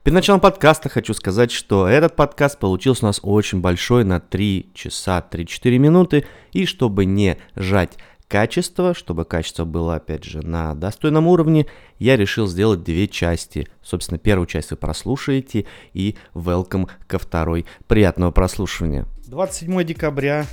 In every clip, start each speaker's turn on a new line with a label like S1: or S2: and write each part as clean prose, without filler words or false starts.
S1: Перед началом подкаста хочу сказать, что этот подкаст получился у нас очень большой, на 3 часа 3-4 минуты. И чтобы не жать качество, чтобы качество было, опять же, на достойном уровне, я решил сделать 2 части. Собственно, первую часть вы прослушаете и welcome ко второй. Приятного прослушивания. 27 декабря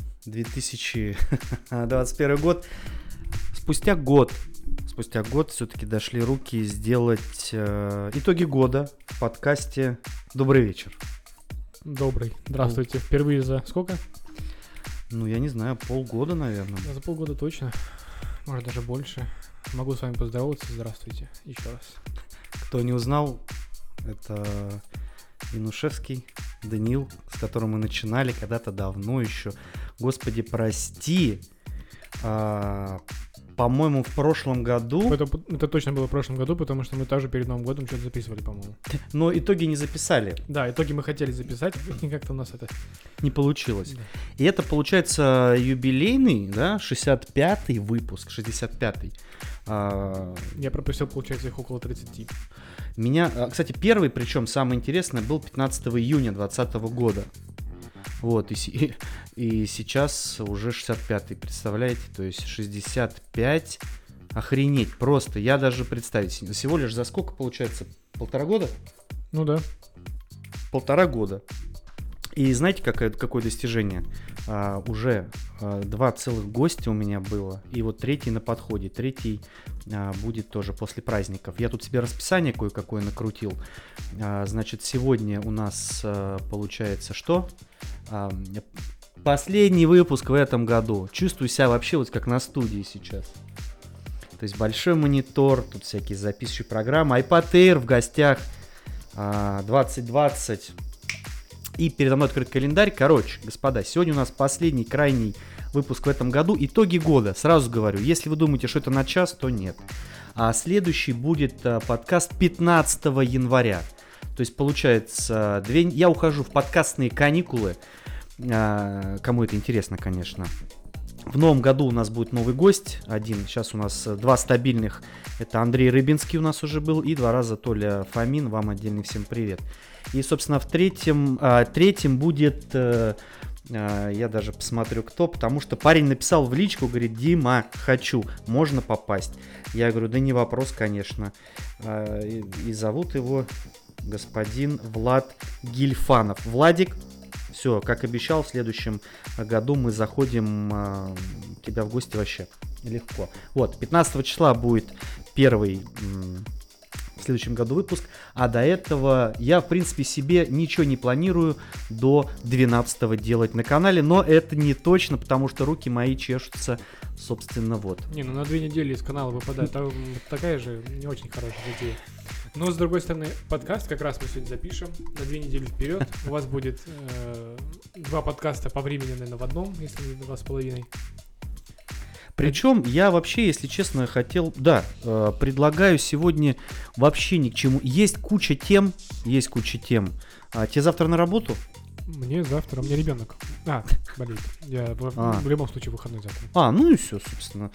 S1: 2021 год. Спустя год все-таки дошли руки сделать итоги года в подкасте «Добрый вечер».
S2: Добрый. Здравствуйте. Впервые за сколько?
S1: Ну, я не знаю, полгода, наверное.
S2: За полгода точно. Может, даже больше. Могу с вами поздороваться. Здравствуйте еще раз.
S1: Кто не узнал, это Янушевский Даниил, с которым мы начинали когда-то давно еще. Господи, прости. По-моему, в прошлом году...
S2: Это точно было в прошлом году, потому что мы также перед Новым годом что-то записывали, по-моему.
S1: Но итоги не записали.
S2: Да, итоги мы хотели записать, и как-то у нас это...
S1: Не получилось.
S2: Да.
S1: И это, получается, юбилейный, да, 65-й выпуск, 65-й.
S2: Я пропустил, получается, их около 30.
S1: Кстати, первый, причем самый интересный, был 15 июня 2020 года. Вот, и сейчас уже 65-й, представляете? То есть 65, охренеть, просто, я даже представить, всего лишь за сколько, получается, 1,5 года?
S2: Ну да.
S1: 1,5 года. И знаете, какое достижение? Уже 2 целых гостя у меня было, и вот 3-й на подходе, 3-й будет тоже после праздников. Я тут себе расписание кое-какое накрутил. Значит, сегодня у нас получается что? Последний выпуск в этом году. Чувствую себя вообще вот как на студии сейчас. То есть большой монитор, тут всякие записывающие программы, iPad Air в гостях, 2020. И передо мной открыт календарь. Короче, господа, сегодня у нас последний, крайний выпуск в этом году. Итоги года. Сразу говорю, если вы думаете, что это на час, то нет. А следующий будет подкаст 15 января. То есть, получается, я ухожу в подкастные каникулы. Кому это интересно, конечно. В новом году у нас будет новый гость. Один. Сейчас у нас 2 стабильных. Это Андрей Рыбинский у нас уже был. И 2 раза Толя Фомин. Вам отдельный всем привет. И, собственно, в третьем будет... Я даже посмотрю, кто. Потому что парень написал в личку, говорит: Дима, хочу, можно попасть? Я говорю: да не вопрос, конечно. И зовут его господин Влад Гильфанов. Владик, все, как обещал, в следующем году мы заходим к тебе в гости вообще легко. Вот, 15 числа будет первый в следующем году выпуск, а до этого я, в принципе, себе ничего не планирую до 12-го делать на канале, но это не точно, потому что руки мои чешутся, собственно, вот.
S2: Не, ну на 2 недели из канала выпадает такая же не очень хорошая идея. Но, с другой стороны, подкаст как раз мы сегодня запишем на 2 недели вперед. У вас будет 2 подкаста по времени, наверное, в одном, если не 2,5.
S1: Причем я вообще, если честно, предлагаю сегодня вообще ни к чему. Есть куча тем. Тебе завтра на работу?
S2: Мне завтра, у меня ребенок. Болеет. Я в любом случае выходной завтра.
S1: Ну и все, собственно.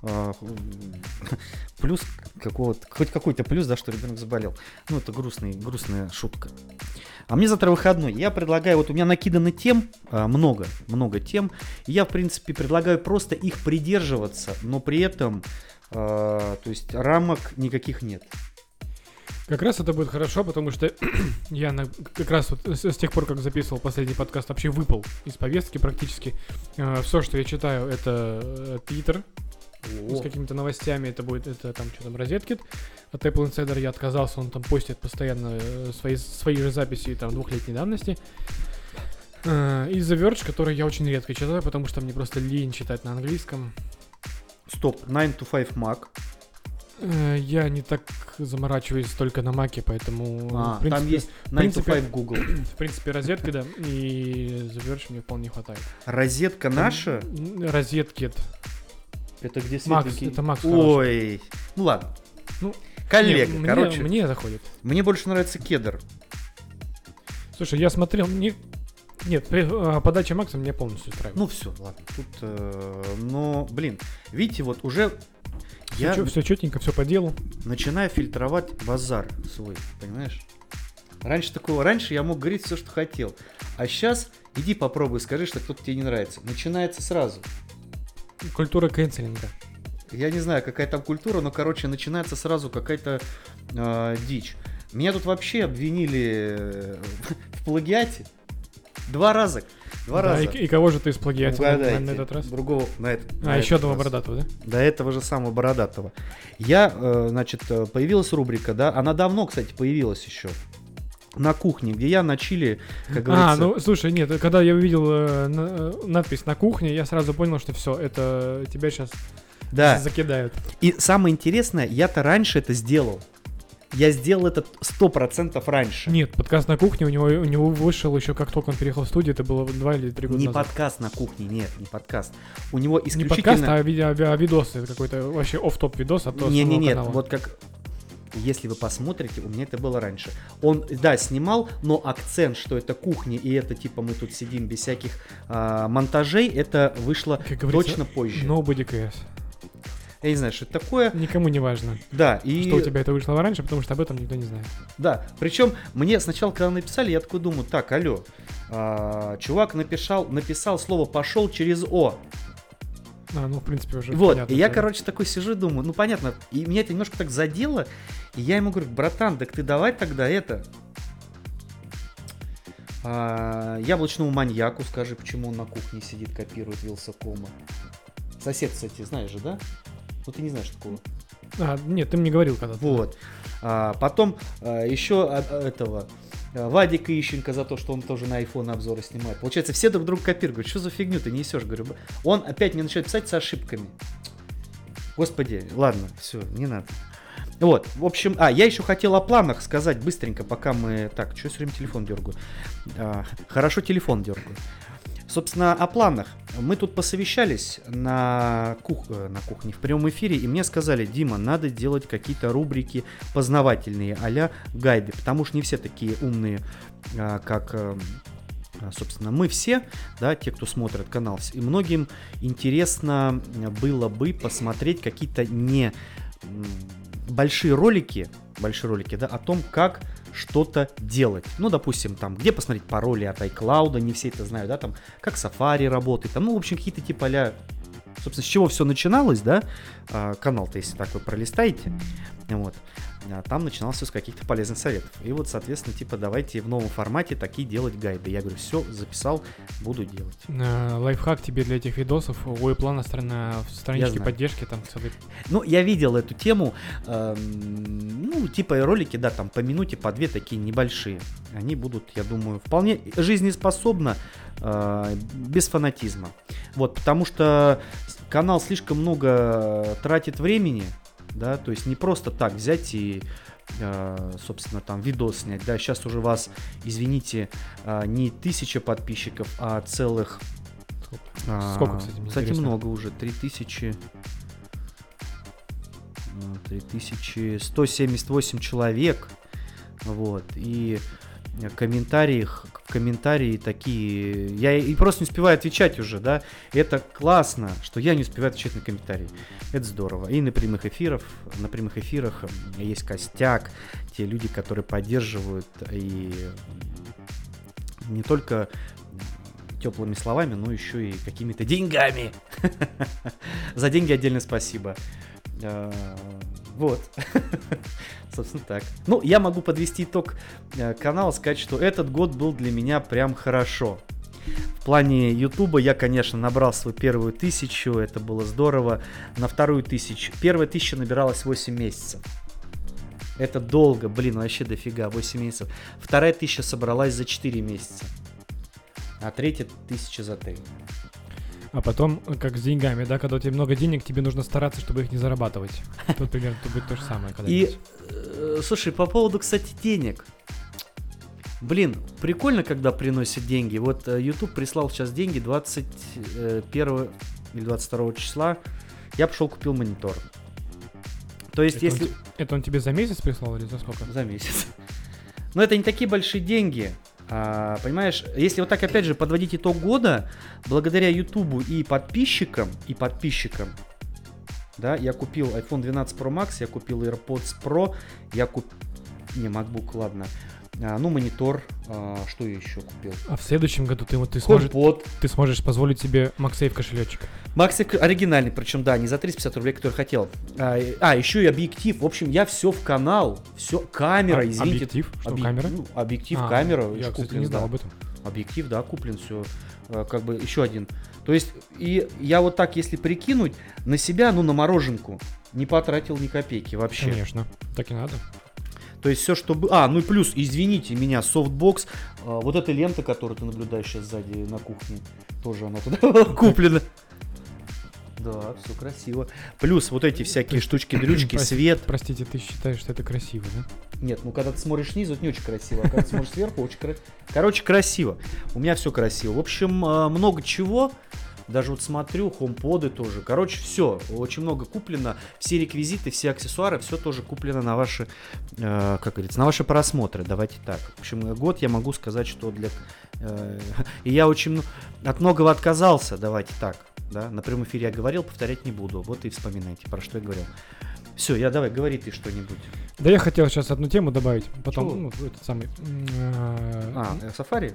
S1: Плюс хоть какой-то плюс, да, что ребенок заболел. Ну, это грустная шутка. А мне завтра выходной. Я предлагаю, вот у меня накидано тем, много тем. И я, в принципе, предлагаю просто их придерживаться, но при этом, то есть, рамок никаких нет.
S2: Как раз это будет хорошо, потому что я как раз вот с тех пор, как записывал последний подкаст, вообще выпал из повестки практически. Все, что я читаю, это Twitter с какими-то новостями. Это там что там, Розеткид от Apple Insider. Я отказался, он там постит постоянно свои же записи там 2-летней давности. И The Verge, который я очень редко читаю, потому что мне просто лень читать на английском.
S1: Стоп, 9 to 5 Mac.
S2: Я не так заморачиваюсь только на Маке, поэтому...
S1: в принципе, там есть 9 to 5 Google.
S2: В принципе, розетки, да, и The Verge мне вполне хватает.
S1: Розетка наша?
S2: Розеткид.
S1: Это где светленький?
S2: Это Макс.
S1: Ой, ну ладно. Коллега, короче.
S2: Мне заходит.
S1: Мне больше нравится кедр.
S2: Слушай, я смотрел, Нет, подача Макса меня полностью устраивает.
S1: Ну все, ладно. Тут, видите, вот уже...
S2: Все четенько, все по делу.
S1: Начинаю фильтровать базар свой, понимаешь? Раньше я мог говорить все, что хотел. А сейчас иди попробуй, скажи, что кто-то тебе не нравится. Начинается сразу.
S2: Культура кэнселинга.
S1: Я не знаю, какая там культура, но, короче, начинается сразу какая-то дичь. Меня тут вообще обвинили в плагиате. Два раза.
S2: И кого же ты сплагиатил на этот раз?
S1: Другого на этот.
S2: Еще одного бородатого, да?
S1: До этого же самого бородатого. Появилась рубрика, да, она давно, кстати, появилась еще. На кухне, где я на чили, как говорится...
S2: Слушай, нет, когда я увидел надпись «на кухне», я сразу понял, что все, это тебя сейчас закидают.
S1: И самое интересное, я-то раньше это сделал. Я сделал это 100% раньше.
S2: Нет, подкаст «На кухне» у него вышел еще как только он переехал в студию, это было 2 или 3 года
S1: назад.
S2: Не
S1: подкаст «На кухне», нет, не подкаст. У него исключительно...
S2: Не подкаст, а видосы, какой-то вообще офф-топ видос от основного канала.
S1: Вот как... Если вы посмотрите, у меня это было раньше. Он, да, снимал, но акцент, что это кухня, и это типа мы тут сидим без всяких монтажей, это вышло точно позже.
S2: Nobody cares.
S1: Я не знаю, что это такое.
S2: Никому не важно.
S1: Да,
S2: что у тебя это вышло раньше, потому что об этом никто не знает.
S1: Да, причем мне сначала, когда написали, я такой думаю, так, алло, чувак написал слово «пошел» через «о».
S2: В принципе, уже
S1: вот,
S2: понятно.
S1: И я, такой сижу и думаю, понятно, и меня это немножко так задело, и я ему говорю, братан, так ты давай тогда яблочному маньяку скажи, почему он на кухне сидит, копирует Вилсакома. Сосед, кстати, знаешь же, да? Ну, ты не знаешь такого.
S2: Нет, ты мне говорил когда-то.
S1: Вот. Потом еще этого... Вадика Ищенко за то, что он тоже на iPhone обзоры снимает. Получается, все друг друга копируют. Говорю, что за фигню ты несешь? Говорю, он опять мне начинает писать с ошибками. Господи, ладно, все, не надо. Вот, в общем, я еще хотел о планах сказать быстренько, пока мы... Так, что я все время телефон дергаю? Хорошо, телефон дергаю. Собственно, о планах. Мы тут посовещались на кухне в прямом эфире, и мне сказали, Дима, надо делать какие-то рубрики познавательные, а-ля гайды, потому что не все такие умные, как, собственно, мы все, да, те, кто смотрит канал, и многим интересно было бы посмотреть какие-то не большие ролики, да, о том, как что-то делать. Ну, допустим, там, где посмотреть пароли от iCloud, не все это знают, да, там, как Safari работает, там, в общем, какие-то типа а-ля, собственно, с чего все начиналось, да, канал-то, если так вы пролистаете, вот, там начинался с каких-то полезных советов. И вот, соответственно, типа, давайте в новом формате такие делать гайды. Я говорю, все, записал, буду делать.
S2: Лайфхак тебе для этих видосов, плана в страничке поддержки, там целый...
S1: Ну, я видел эту тему, типа ролики, да, там по минуте, по 2 такие небольшие. Они будут, я думаю, вполне жизнеспособно, без фанатизма. Вот, потому что канал слишком много тратит времени, да, то есть не просто так взять и, собственно, там видос снять, да, сейчас уже вас, извините, не 1000 подписчиков, а целых...
S2: Сколько, кстати, мне
S1: кстати,
S2: интересно.
S1: много уже, 3178 человек, вот, и комментарии такие, я и просто не успеваю отвечать уже, да, это классно, что я не успеваю отвечать на комментарии, это здорово, и на прямых эфирах есть костяк, те люди, которые поддерживают, и не только теплыми словами, но еще и какими-то деньгами, за деньги отдельно спасибо. Вот. Собственно так. Ну, я могу подвести итог канала, сказать, что этот год был для меня прям хорошо. В плане Ютуба я, конечно, набрал свою первую 1000, это было здорово. На вторую 1000. Первая 1000 набиралась 8 месяцев. Это долго, вообще дофига, 8 месяцев. Вторая 1000 собралась за 4 месяца. А третья 1000 за 3.
S2: А потом, как с деньгами, да, когда у тебя много денег, тебе нужно стараться, чтобы их не зарабатывать. Тут примерно будет то же самое.
S1: И, слушай, по поводу, кстати, денег. Прикольно, когда приносят деньги. Вот YouTube прислал сейчас деньги 21 или 22 числа. Я пошел купил монитор. То есть, если...
S2: Это он тебе за месяц прислал или за сколько?
S1: За месяц. Но это не такие большие деньги. Понимаешь, если вот так опять же подводить итог года, благодаря Ютубу и подписчикам, да, я купил iPhone 12 Pro Max, я купил AirPods Pro, MacBook, ладно, монитор, что я еще купил?
S2: А в следующем году ты сможешь позволить себе MagSafe кошелечек.
S1: MagSafe оригинальный, причем, да, не за 350 рублей, который хотел. Еще и объектив. В общем, я все в канал, все, камера, извините.
S2: Объектив? Что, камера?
S1: Объектив, камера.
S2: Я, кстати, не знал об этом.
S1: Объектив, да, куплен, все, как бы еще один. То есть, и я вот так, если прикинуть, на себя, на мороженку не потратил ни копейки вообще.
S2: Конечно, так и надо.
S1: То есть все, что было... ну и плюс, извините меня, софтбокс, вот эта лента, которую ты наблюдаешь сейчас сзади на кухне, тоже она туда была куплена. Да, все красиво. Плюс вот эти всякие штучки-дрючки, свет.
S2: Простите, ты считаешь, что это красиво, да?
S1: Нет, когда ты смотришь снизу, это не очень красиво, а когда ты смотришь сверху, очень красиво. Короче, красиво. У меня все красиво. В общем, много чего. Даже вот смотрю, HomePod тоже. Короче, все. Очень много куплено. Все реквизиты, все аксессуары, все тоже куплено на ваши, как говорится, на ваши просмотры. Давайте так. В общем, год я могу сказать, что для... И я очень от многого отказался, давайте так. Да? На прямом эфире я говорил, повторять не буду. Вот и вспоминайте, про что я говорил. Все, давай, говори ты что-нибудь.
S2: Да я хотел сейчас одну тему добавить. Потом, этот самый...
S1: Safari?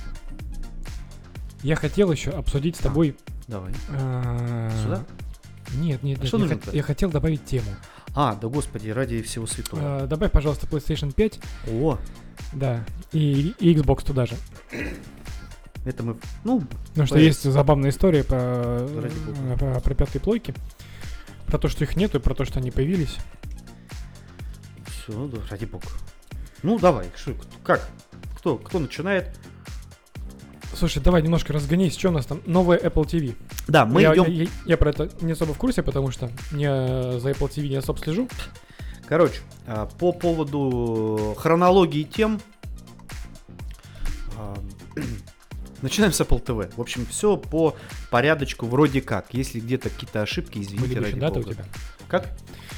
S2: Я хотел еще обсудить с тобой...
S1: Давай. Сюда?
S2: Нет.
S1: Что
S2: я хотел добавить тему.
S1: Да господи, ради всего святого.
S2: Добавь, пожалуйста, PlayStation 5.
S1: О!
S2: Да, и Xbox туда же.
S1: Это мы...
S2: Потому что есть забавная история про пятые плойки. Про то, что их нету, и про то, что они появились.
S1: Все, да, ради бога. Давай, как? Кто начинает?
S2: Слушай, давай немножко разгонись, что у нас там? Новая Apple TV.
S1: Да, мы идем...
S2: Я про это не особо в курсе, потому что я за Apple TV не особо слежу.
S1: Короче, по поводу хронологии тем... Начинаем с Apple TV. В общем, все по порядочку вроде как. Если где-то какие-то ошибки, извините, ради
S2: дата
S1: бога.
S2: у тебя?
S1: Как?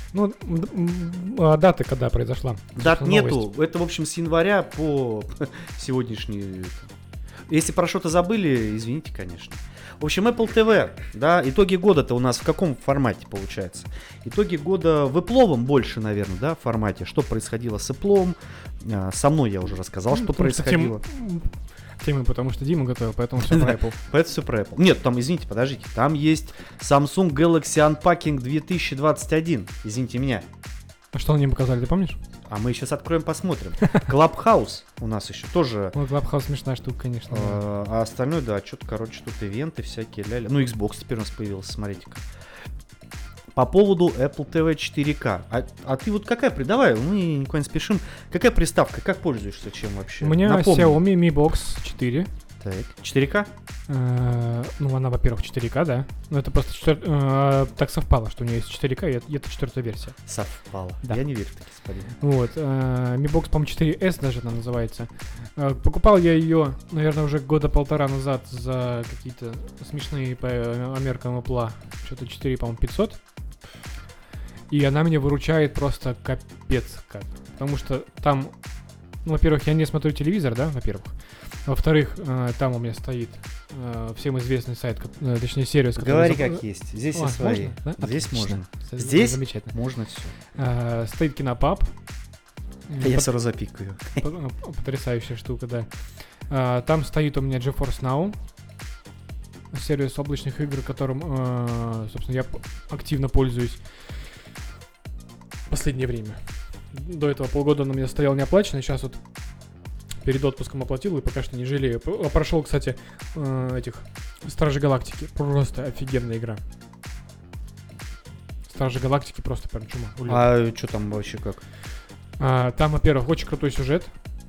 S2: Даты когда произошла?
S1: Дат нету. Это, в общем, с января по сегодняшний... Если про что-то забыли, извините, конечно. В общем, Apple TV, да, итоги года-то у нас в каком формате получается? Итоги года в Apple'овом больше, наверное, да, формате. Что происходило с Apple'ом? Со мной я уже рассказал, что происходило.
S2: Темы, потому что Дима готовил, поэтому все про Apple.
S1: Поэтому все про Apple. Нет, там, извините, подождите, там есть Samsung Galaxy Unpacking 2021. Извините меня.
S2: А что они показали, ты помнишь?
S1: А мы сейчас откроем, посмотрим. Clubhouse у нас еще тоже.
S2: Clubhouse смешная штука, конечно.
S1: А остальное, да, что-то, короче, тут ивенты всякие, ля-ля. Xbox теперь у нас появился, смотрите-ка. По поводу Apple TV 4K. А ты вот какая, давай, мы никуда не спешим. Какая приставка, как пользуешься, чем вообще?
S2: У меня Xiaomi Mi Box 4.
S1: Так, 4К?
S2: Она, во-первых, 4К, да. Но это просто так совпало, что у нее есть 4К, и это 4-я версия.
S1: Совпало.
S2: Да.
S1: Я не верю в такие спали.
S2: Вот. Mi Box, по-моему, 4S даже она называется. Покупал я ее, наверное, уже года полтора назад за какие-то смешные по меркам Apple. Что-то 4, по-моему, 500. И она меня выручает просто капец как. Потому что там, во-первых, я не смотрю телевизор, да, во-первых. Во-вторых, там у меня стоит всем известный сайт, точнее сервис.
S1: Говори как есть, здесь и свои.
S2: Можно, да?
S1: Здесь
S2: Отлично.
S1: можно. Здесь
S2: замечательно.
S1: Можно все.
S2: Стоит Кинопаб.
S1: Я сразу запикаю.
S2: Потрясающая штука, да. Там стоит у меня GeForce Now. Сервис облачных игр, которым, собственно, я активно пользуюсь в последнее время. До этого полгода он у меня стоял неоплаченный, сейчас вот перед отпуском оплатил и пока что не жалею. Прошел, кстати, Стражи Галактики. Просто офигенная игра. Стражи Галактики просто прям чума.
S1: А что там вообще как?
S2: Там, во-первых, очень крутой сюжет.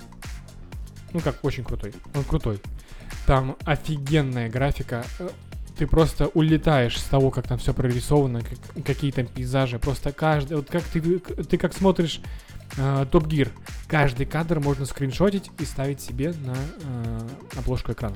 S2: Очень крутой. Он крутой. Там офигенная графика. Ты просто улетаешь с того, как там все прорисовано, какие там пейзажи. Просто каждый... Вот как ты как смотришь Top Gear. Каждый кадр можно скриншотить и ставить себе на обложку экрана.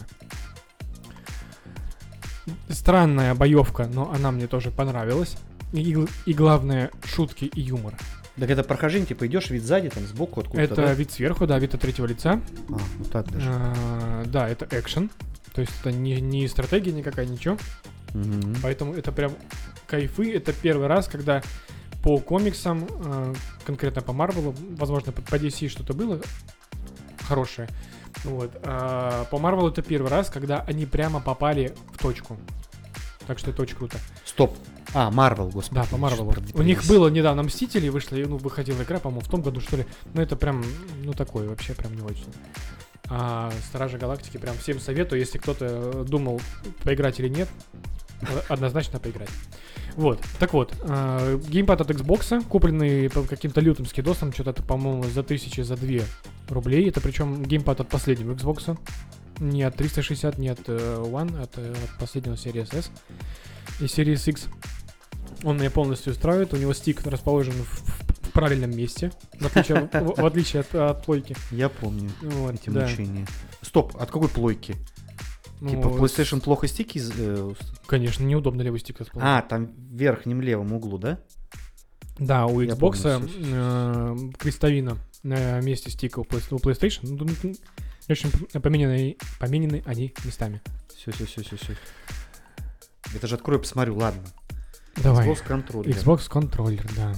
S2: Странная боевка, но она мне тоже понравилась. И главное, шутки и юмор.
S1: Так это прохождение, типа идешь, вид сзади, там сбоку откуда-то,
S2: это да? Вид сверху, да, вид от третьего лица.
S1: Вот так даже.
S2: Да, это экшен. То есть это не стратегия никакая, ничего.
S1: Угу.
S2: Поэтому это прям кайфы. Это первый раз, когда по комиксам, конкретно по Марвелу, возможно, по DC что-то было, хорошие. Вот. А по Marvel это первый раз, когда они прямо попали в точку. Так что это очень круто.
S1: Стоп. Марвел, господи.
S2: Да, по Марвелу. У них было недавно Мстители, вышли, выходила игра, по-моему, в том году, что ли. Но это прям, такое, вообще прям не очень. А Стражи Галактики прям всем советую, если кто-то думал, поиграть или нет, однозначно поиграть. Вот, так вот, геймпад от Xbox, купленный по каким-то лютым скидосам, что-то, по-моему, за 2 рублей. Это причем геймпад от последнего Xbox. Не от 360, не от One, от последнего Series S и Series X. Он меня полностью устраивает. У него стик расположен в правильном месте, в отличие от плойки.
S1: Я помню эти
S2: да.
S1: мучения. Стоп, от какой плойки? Типа в PlayStation плохо стики?
S2: Конечно, неудобно левый стик расположить.
S1: Там в верхнем левом углу, да?
S2: Да, у Xbox крестовина на месте стика у PlayStation. В общем, поменены они местами.
S1: Все. Это же открою, посмотрю, ладно.
S2: Давай.
S1: Xbox контроллер.
S2: Xbox контроллер, да.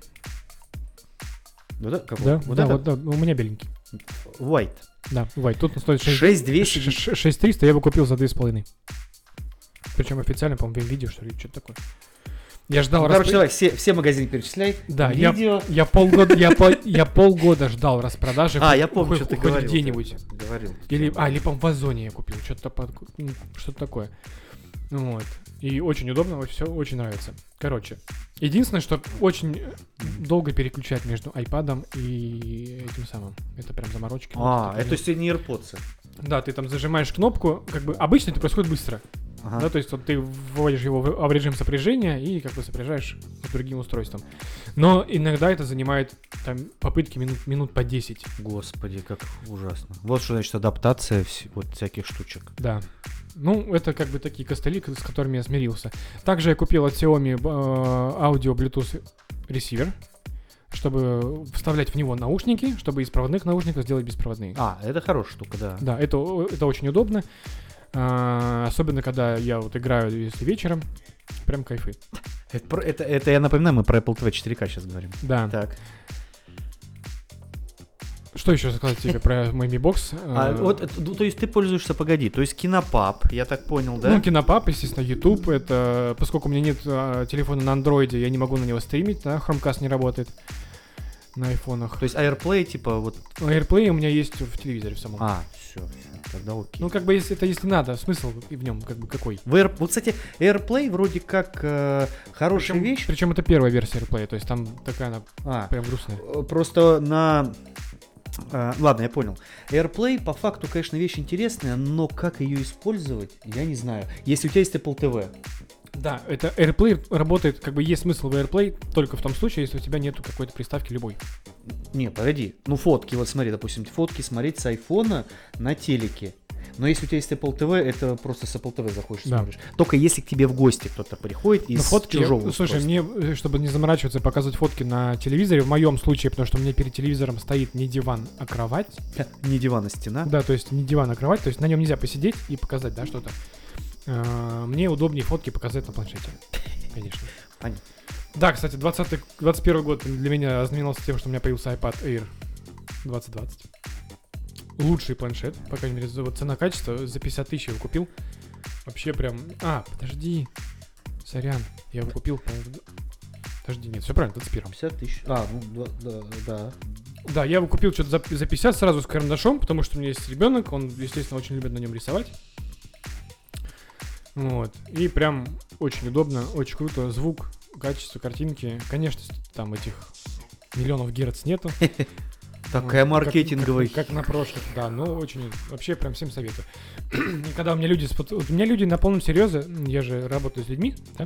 S1: Вот какой?
S2: Да, у меня беленький.
S1: White.
S2: Да, White. Тут он стоит
S1: 6200.
S2: 6300, я его купил за 2,5. Причем официально, по-моему, в видео, что ли, что-то такое. Я ждал...
S1: Короче, давай, все магазины перечисляй.
S2: Да,
S1: видео.
S2: Я полгода ждал распродажи.
S1: Я помню, что ты говорил.
S2: Где-нибудь.
S1: Говорил.
S2: Или, по-моему, в Озоне я купил. Что-то такое. Вот. И очень удобно, все очень нравится. Короче, единственное, что очень долго переключать между iPad'ом и этим самым. Это прям заморочки.
S1: Это то есть не AirPods.
S2: Да, ты там зажимаешь кнопку, как бы обычно это происходит быстро.
S1: Ага.
S2: Да, то есть вот ты вводишь его в режим сопряжения и как бы сопряжаешь с другим устройством. Но иногда это занимает там попытки минут по 10.
S1: Господи, как ужасно. Вот что значит адаптация вот всяких штучек.
S2: Да. Это как бы такие костыли, с которыми я смирился. Также я купил от Xiaomi аудио Bluetooth ресивер, чтобы вставлять в него наушники, чтобы из проводных наушников сделать беспроводные.
S1: Это хорошая штука, да.
S2: Да, это очень удобно. Особенно, когда я вот играю, если вечером, прям кайфы.
S1: Это я напоминаю, мы про Apple TV 4K сейчас говорим.
S2: Да.
S1: Так.
S2: Что еще сказать тебе про мой Mi Box?
S1: То есть ты пользуешься, то есть Кинопаб, я так понял, да?
S2: Кинопаб, естественно, YouTube. Это, поскольку у меня нет телефона на Android, я не могу на него стримить, да, Chromecast не работает на айфонах.
S1: То есть AirPlay, типа вот...
S2: AirPlay у меня есть в телевизоре в самом.
S1: Все, тогда окей.
S2: Как бы если надо, смысл в нем как бы какой?
S1: Вот, кстати, AirPlay вроде как хорошая вещь.
S2: Причем это первая версия AirPlay, то есть там такая она прям грустная.
S1: Просто ладно, я понял. AirPlay по факту, конечно, вещь интересная, но как ее использовать, я не знаю. Если у тебя есть Apple TV.
S2: Да, это AirPlay работает, как бы есть смысл в AirPlay только в том случае, если у тебя нету какой-то приставки любой.
S1: Не, погоди. Фотки, вот смотри, допустим, фотки смотреть с айфона на телеке. Но если у тебя есть Apple TV, это просто с Apple TV заходишь и смотришь. Только если к тебе в гости кто-то приходит из чужого устройства.
S2: Слушай, мне, чтобы не заморачиваться и показывать фотки на телевизоре, в моем случае, потому что у меня перед телевизором стоит не диван, а кровать.
S1: Не диван, а стена?
S2: Да, то есть не диван, а кровать, то есть на нем нельзя посидеть и показать, да, что-то. Мне удобнее фотки показать на планшете, конечно.
S1: Понятно.
S2: Да, кстати, 21 год для меня ознаменовался тем, что у меня появился iPad Air 2020. Лучший планшет, по крайней мере, вот цена-качество, за 50 тысяч я его купил. Вообще прям... подожди. Сорян, я его купил, по-моему... Подожди, нет, все правильно, 21.
S1: 50 тысяч. Да.
S2: Да, я его купил что-то за 50 сразу с карандашом, потому что у меня есть ребенок, он, естественно, очень любит на нем рисовать. Вот. И прям очень удобно, очень круто. Звук, качество картинки. Конечно, там этих миллионов герц нету.
S1: Такая маркетинговая.
S2: Как на прошлых, да. Но очень, вообще прям всем советую. И когда у меня люди на полном серьезе, я же работаю с людьми, да,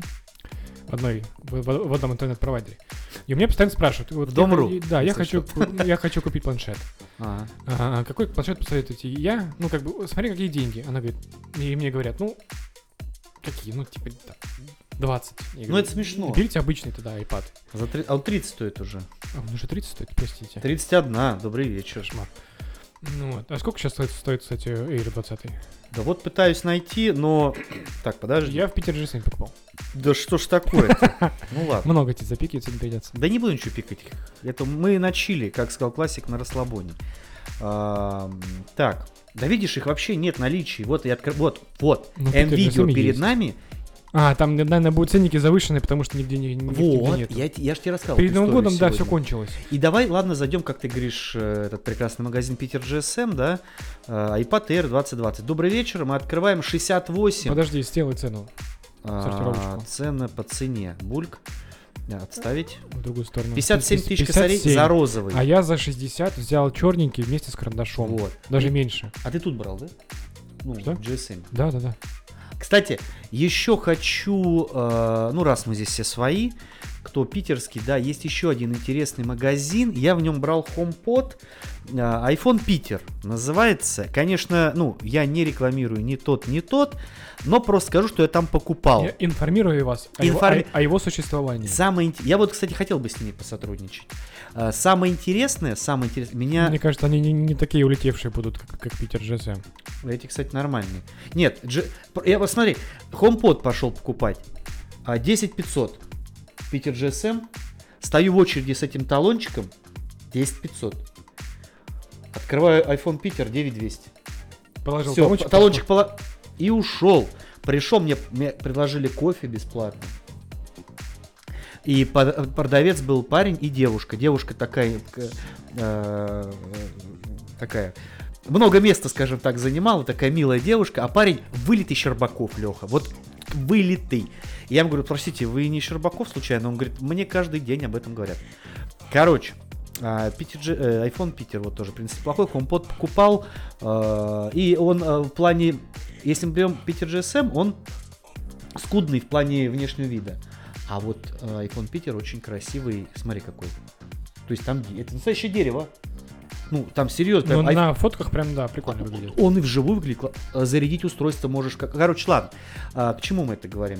S2: в одном интернет-провайдере. И у меня постоянно спрашивают. Вот
S1: Дом.ру.
S2: Да, я хочу купить планшет. Какой планшет посоветуете? Я, смотри, какие деньги. Она говорит, и мне говорят, какие, 20.
S1: Это смешно.
S2: Берите обычный тогда iPad.
S1: Он 30 стоит уже.
S2: Он уже 30 стоит, простите.
S1: 31, добрый вечер.
S2: Кошмар. А сколько сейчас стоит, кстати, Air 20?
S1: Да вот пытаюсь найти, но... Так, подожди.
S2: Я в Питере же сегодня покупал.
S1: Да что ж такое-то? Ладно.
S2: Много тебе запикивать сегодня придется.
S1: Да не буду ничего пикать. Это мы на чили, как сказал классик, на расслабоне. Так, да видишь, их вообще нет в наличии. Вот, вот,
S2: Ну,
S1: М-видео
S2: Питер
S1: перед
S2: есть.
S1: нами.
S2: Там, наверное, будут ценники завышенные, потому что нигде
S1: Вот,
S2: нет.
S1: я же тебе рассказал.
S2: Перед
S1: эту
S2: Новым
S1: историю
S2: годом, да, все
S1: сегодня.
S2: кончилось.
S1: И давай, ладно, зайдем, как ты говоришь, этот прекрасный магазин Питер GSM, да, iPad Air 2020. Добрый вечер, мы открываем 68.
S2: Подожди, сделай цену. Сортировочку.
S1: Цены по цене. Бульк. Отставить.
S2: В другую сторону.
S1: 57 тысяч косарей за розовый.
S2: А я за 60 взял черненький вместе с карандашом.
S1: Вот.
S2: Даже меньше.
S1: А ты тут брал, да? Ну,
S2: Что?
S1: GSM.
S2: Да.
S1: Кстати, еще хочу, раз мы здесь все свои, кто питерский, да, есть еще один интересный магазин. Я в нем брал HomePod, iPhone Питер называется. Конечно, я не рекламирую ни тот, но просто скажу, что я там покупал.
S2: Я информирую вас о его существовании.
S1: Я вот, кстати, хотел бы с ними посотрудничать. Самое интересное, меня...
S2: Мне кажется, они не такие улетевшие будут, как Питер GSM.
S1: Эти, кстати, нормальные. Нет, я посмотри, HomePod пошел покупать. 10 500. Питер GSM. Стою в очереди с этим талончиком. 10 500. Открываю iPhone Питер 9200.
S2: Положил
S1: Все, талончик и ушел. Пришел, мне предложили кофе бесплатно. И продавец был парень и девушка. Девушка такая много места, скажем так, занимала, такая милая девушка, а парень вылитый Щербаков, Леха, вот вылитый. Я ему говорю, простите, вы не Щербаков случайно? Он говорит, мне каждый день об этом говорят. Короче, iPhone Питер вот тоже, в принципе, плохой, HomePod покупал, и он в плане, если мы берем Питер GSM, он скудный в плане внешнего вида. А вот iPhone Питер очень красивый, смотри какой. То есть там это настоящее дерево. Там серьезно.
S2: На фотках прям, да, прикольно выглядит.
S1: Он и вживую выглядит. Зарядить устройство можешь как... Короче, ладно. К чему мы это говорим?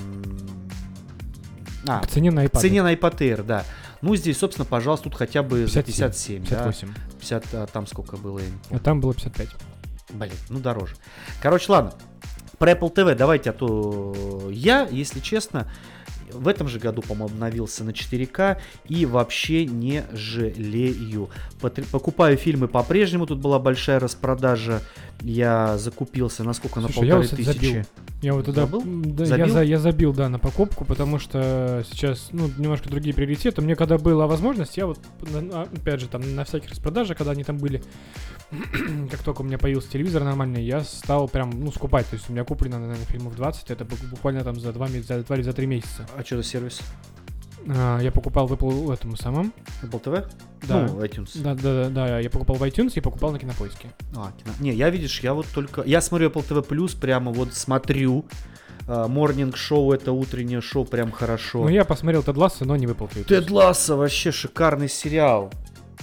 S2: К цене на iPad.
S1: К цене на iPad Air, да. Здесь, собственно, пожалуйста, тут хотя бы
S2: 57,
S1: за 57.
S2: 58.
S1: Да? 50, а там сколько было?
S2: А там было 55.
S1: Блин, дороже. Короче, ладно. Про Apple TV давайте, а то я, если честно, в этом же году, по-моему, обновился на 4К и вообще не жалею. Покупаю фильмы по-прежнему, тут была большая распродажа, я закупился на сколько? На 1500.
S2: Я вот туда я забил, да, на покупку, потому что сейчас, немножко другие приоритеты. Мне когда была возможность, я вот, опять же, там на всяких распродажах, когда они там были, как только у меня появился телевизор нормальный, я стал прям, скупать. То есть у меня куплено, наверное, фильмов 20, это буквально там за 2 или за 3 месяца.
S1: А что за сервис?
S2: Я покупал в Apple этому самом.
S1: Apple TV?
S2: Да.
S1: iTunes.
S2: Да, я покупал в iTunes и покупал на Кинопоиске.
S1: Не, я вот только... Я смотрю Apple TV Plus, прямо вот смотрю. Morning Show, это утреннее шоу, прям хорошо.
S2: Я посмотрел Тед Лассо, но не выпал.
S1: Тед Лассо вообще шикарный сериал.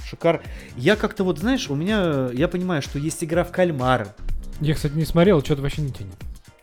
S1: Я как-то вот, знаешь, я понимаю, что есть игра в кальмара.
S2: Я, кстати, не смотрел, что-то вообще не тянет.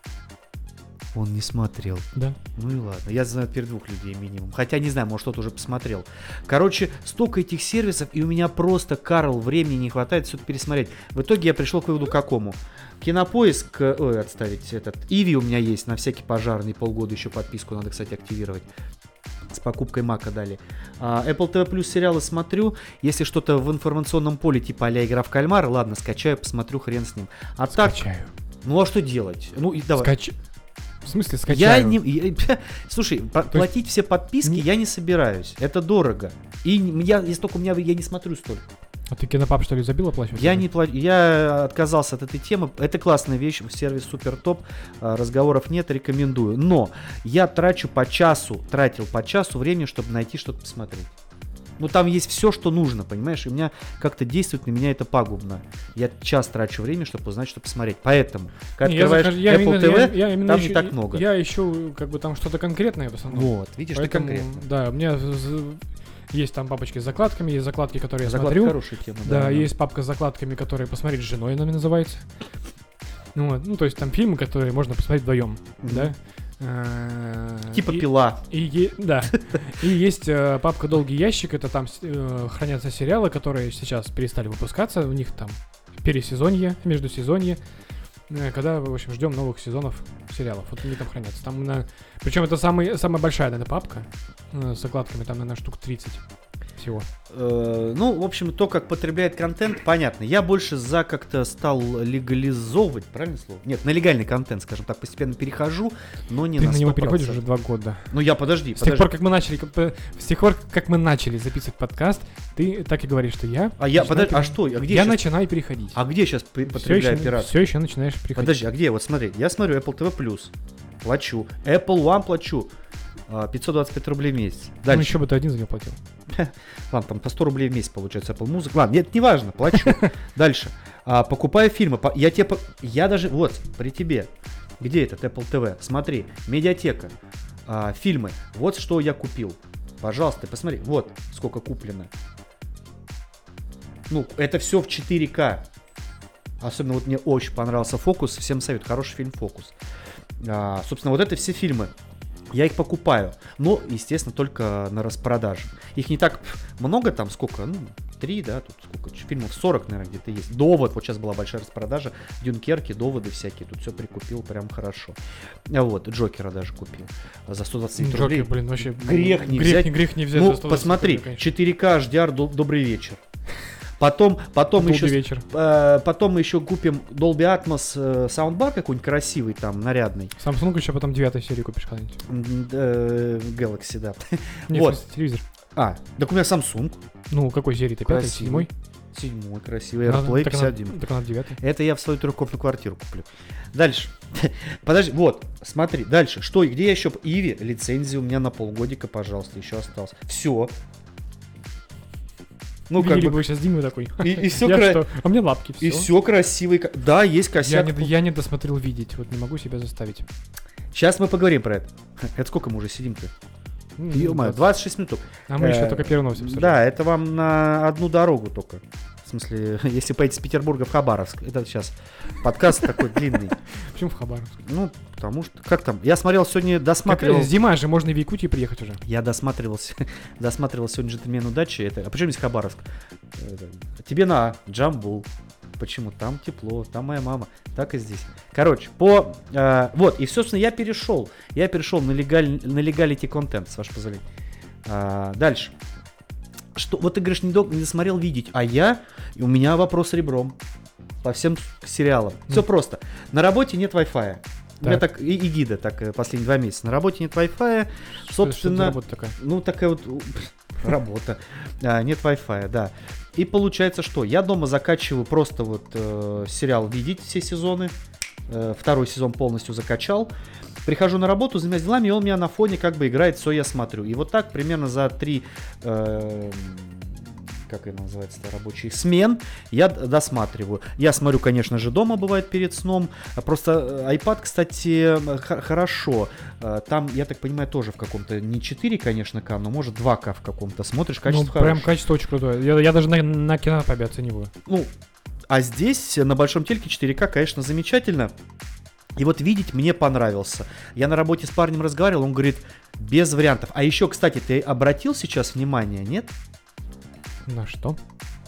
S1: Он не смотрел.
S2: Да.
S1: Ну и ладно. Я знаю теперь 2 людей минимум. Хотя не знаю, может кто-то уже посмотрел. Короче, столько этих сервисов, и у меня просто, Карл, времени не хватает все это пересмотреть. В итоге я пришел к выводу какому? Кинопоиск, отставить этот. Иви у меня есть на всякий пожарный, полгода еще подписку надо, кстати, активировать. С покупкой Мака дали. Apple TV Plus сериалы смотрю. Если что-то в информационном поле, типа а-ля игра в кальмар, ладно, скачаю, посмотрю, хрен с ним.
S2: Скачаю.
S1: Так, а что делать? И давай.
S2: В смысле, скачаю?
S1: Слушай, платить все подписки я не собираюсь. Это дорого. И я не смотрю столько.
S2: А ты Кинопаб, что ли, забил оплачивать?
S1: Я отказался от этой темы. Это классная вещь, сервис супер топ. Разговоров нет, рекомендую. Но я тратил по часу времени, чтобы найти что-то посмотреть. Там есть все, что нужно, понимаешь? И у меня как-то действует на меня это пагубно. Я час трачу время, чтобы узнать, что посмотреть. Поэтому, когда открываешь Apple TV, там не так много.
S2: Я ищу, там что-то конкретное в основном.
S1: Вот, видишь, ты конкретно.
S2: Да, у меня есть там папочки с закладками, есть закладки, которые я смотрю.
S1: Хорошая тема.
S2: Да, есть папка с закладками, которые посмотреть с женой, она называется. То есть там фильмы, которые можно посмотреть вдвоем, да?
S1: Типа «Пила».
S2: Да. И есть папка «Долгий ящик», это там хранятся сериалы, которые сейчас перестали выпускаться, у них там пересезонье, междусезонье, когда, в общем, ждем новых сезонов сериалов. Вот они там хранятся. Причем это самая большая, наверное, папка с закладками, там, наверное, штук 30 всего.
S1: Ну, в общем, то, как потребляет контент, понятно. Я больше за как-то стал легализовывать, правильно слово? Нет, на легальный контент, скажем так, постепенно перехожу, но не
S2: Ты
S1: на 100%.
S2: на него переходишь уже 2 года.
S1: Ну, я подожди.
S2: С тех пор, как мы начали записывать подкаст, ты так и говоришь, что я...
S1: Где
S2: я
S1: сейчас?
S2: начинаю переходить.
S1: А где сейчас потребляю пиратство?
S2: Все еще начинаешь переходить.
S1: Подожди, а где? Вот смотри, я смотрю Apple TV+, плачу. Apple One плачу. 525 рублей в месяц.
S2: Ну,
S1: Дальше.
S2: еще бы ты один за него платил.
S1: Ладно, там по 100 рублей в месяц получается Apple Music. Ладно, нет, неважно, плачу. Дальше. Покупаю фильмы. Я даже... Вот, при тебе. Где этот Apple TV? Смотри, медиатека. Фильмы. Вот что я купил. Пожалуйста, посмотри. Вот сколько куплено. Ну, это все в 4К. Особенно вот мне очень понравился «Фокус». Всем советую. Хороший фильм «Фокус». Собственно, вот это все фильмы. Я их покупаю, но, естественно, только на распродаже. Их не так много, там сколько, 3, да, тут сколько, фильмов 40, наверное, где-то есть. «Довод», вот сейчас была большая распродажа, «Дюнкерки», «Доводы» всякие, тут все прикупил прям хорошо. Вот, «Джокера» даже купил за 120 рублей.
S2: Джокер, блин, вообще
S1: Грех не взять.
S2: Грех не взять
S1: Ну,
S2: за 120
S1: посмотри,
S2: рублей,
S1: 4К HDR, добрый вечер. Потом еще,
S2: вечер.
S1: потом мы еще купим Dolby Atmos саундбар какой-нибудь красивый, там, нарядный.
S2: Samsung еще потом 9 серию купишь когда-нибудь.
S1: Galaxy, да.
S2: Нет,
S1: Вот.
S2: телевизор.
S1: Так у меня Samsung.
S2: Ну, какой серии-то? 5-й, 7-й?
S1: 7-й, красивый. AirPlay 59.
S2: Так она 9.
S1: Это я в свою трехкомнатную квартиру куплю. Дальше. Подожди, вот, смотри, дальше. Что, где я еще? Иви, лицензия у меня на полгодика, пожалуйста, еще осталось. Все. Ну,
S2: Видели
S1: как
S2: бы
S1: бы...
S2: вы сейчас Диму такой.
S1: И все
S2: А мне лапки, все.
S1: И все красивый. Да, есть косяк.
S2: Я не досмотрел видеть, вот не могу себя заставить.
S1: Сейчас мы поговорим про это. Это сколько мы уже сидим-то? Ё-моё, 26 минут.
S2: А мы еще только первую новость обсуждаем.
S1: Да, это вам на одну дорогу только. В смысле, если поедете с Петербурга в Хабаровск. Это сейчас подкаст такой длинный.
S2: Почему в Хабаровск?
S1: Ну, потому что... Как там? Я смотрел сегодня, досматривал...
S2: Зима же, можно и в Якутии приехать уже.
S1: Я досматривал сегодня «Джентльмен удачи». А почему здесь Хабаровск? Тебе на Джамбул. Почему? Там тепло, там моя мама. Так и здесь. Короче, вот, и, собственно, я перешел на легалити контент, с вашего позволения. Дальше. Что, вот ты говоришь, не досмотрел видеть, у меня вопрос ребром по всем сериалам. Все просто. На работе нет Wi-Fi. У меня так и гида так последние 2 месяца. На работе нет Wi-Fi. Собственно,
S2: работа такая?
S1: Ну, такая вот работа. Нет Wi-Fi, да. И получается, что я дома закачиваю просто вот сериал «Видеть» все сезоны. 2-й сезон полностью закачал. Прихожу на работу, занимаюсь делами, и он у меня на фоне как бы играет, все я смотрю. И вот так примерно за 3, как это называется, рабочих смен я досматриваю. Я смотрю, конечно же, дома бывает перед сном. Просто iPad, кстати, хорошо. Там, я так понимаю, тоже в каком-то, не 4, конечно, К, но может 2К в каком-то. Смотришь, качество хорошее.
S2: Прям качество очень крутое. Я даже на Кинопабе оцениваю.
S1: Ну, а здесь на большом телеке 4К, конечно, замечательно. И вот видеть мне понравился. Я на работе с парнем разговаривал, он говорит, без вариантов. А еще, кстати, ты обратил сейчас внимание, нет?
S2: На что?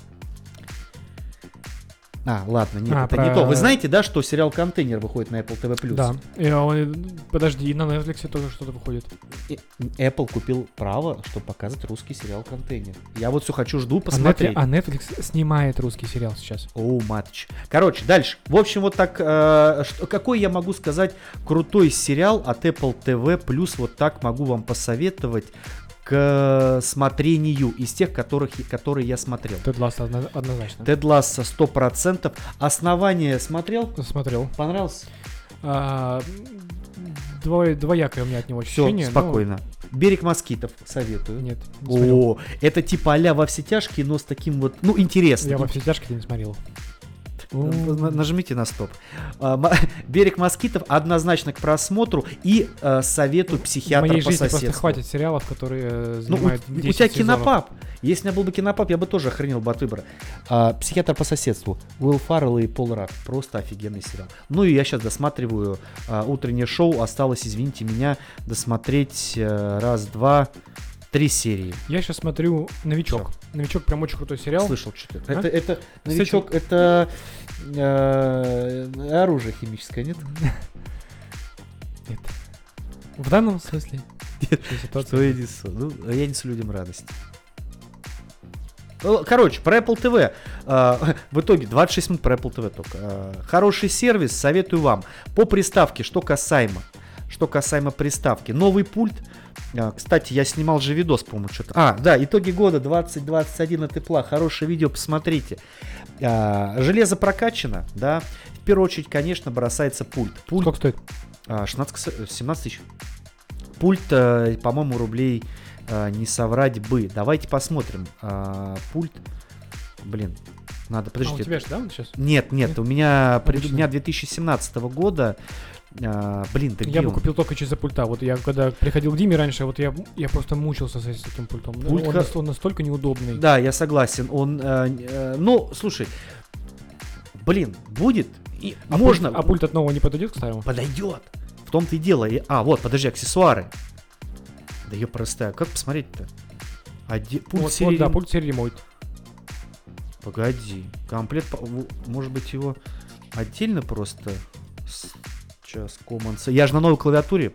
S1: Ладно, нет, это не то. Вы знаете, да, что сериал «Контейнер» выходит на Apple TV+.
S2: Да. Подожди, и на Netflix тоже что-то выходит.
S1: Apple купил право, чтобы показывать русский сериал «Контейнер». Я вот все хочу, жду посмотреть.
S2: А Netflix снимает русский сериал сейчас.
S1: О, матч. Короче, дальше. В общем, вот так, какой я могу сказать крутой сериал от Apple TV+, вот так могу вам посоветовать к смотрению из тех, которые я смотрел.
S2: Тед Лассо однозначно.
S1: Тед Лассо 100%. «Основание» смотрел?
S2: Смотрел.
S1: Понравился?
S2: Двоякое у меня от него ощущение.
S1: Все, спокойно. «Берег москитов» советую.
S2: Нет, не смотрел.
S1: О, это типа а-ля «Во все тяжкие», но с таким вот, ну, интересно.
S2: Я «Во все тяжкие» не смотрел.
S1: Нажмите на стоп. «Берег москитов» однозначно к просмотру и советую «Психиатр по соседству».
S2: Моей жизни просто хватит сериалов, которые занимают 10
S1: у тебя
S2: сезонов.
S1: Кинопаб. Если у меня был бы Кинопаб, я бы тоже охренел бы от выбора. «Психиатр по соседству». Уилл Фаррелл и Пол Радд. Просто офигенный сериал. Ну и я сейчас досматриваю утреннее шоу. Осталось, извините меня, досмотреть 3 серии.
S2: Я сейчас смотрю «Новичок».
S1: Всё.
S2: «Новичок» прям очень крутой сериал.
S1: Слышал что-то. Это «Новичок», это оружие химическое, нет?
S2: Нет. В данном смысле.
S1: Нет. Что я несу? Ну, я несу людям радость. Короче, про Apple TV. В итоге 26 минут про Apple TV только. Хороший сервис, советую вам. По приставке, что касаемо приставки. Новый пульт. Кстати, я снимал же видос, по-моему, что-то. Да, итоги года 2021 от Apple. Хорошее видео, посмотрите. Железо прокачано, да. В первую очередь, конечно, бросается пульт.
S2: Сколько стоит?
S1: 17 тысяч. Пульт, по-моему, рублей, не соврать бы. Давайте посмотрим. Пульт. Блин, надо, подождите.
S2: У тебя же, да, он сейчас?
S1: Нет, у меня 2017 года. Блин, да
S2: я бы купил только из-за пульта. Вот я когда приходил к Диме раньше, вот я просто мучился с этим пультом. Он настолько неудобный.
S1: Да, я согласен. Он, слушай, блин, будет. Можно.
S2: Пульт от нового не подойдет к старому?
S1: Подойдет. В том-то и дело. Вот, подожди, аксессуары. Да ее просто. Как посмотреть-то?
S2: Пульт серии Remote.
S1: Погоди. Комплект, может быть, его отдельно просто. Сейчас, Commons. Я же на новой клавиатуре.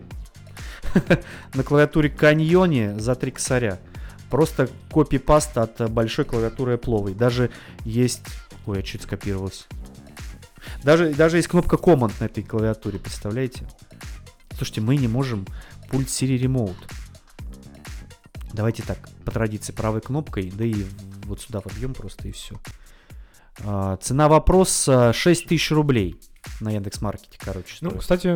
S1: На клавиатуре Canyon за 3 косаря. Просто копи-паста от большой клавиатуры Apple. Даже есть... Ой, я чуть скопировался. Даже есть кнопка Command на этой клавиатуре, представляете? Слушайте, мы не можем пульт Siri Remote. Давайте так, по традиции, правой кнопкой, да и вот сюда вобьем просто и все. Цена вопроса 6 тысяч рублей на Яндекс.Маркете, короче.
S2: Ну, кстати,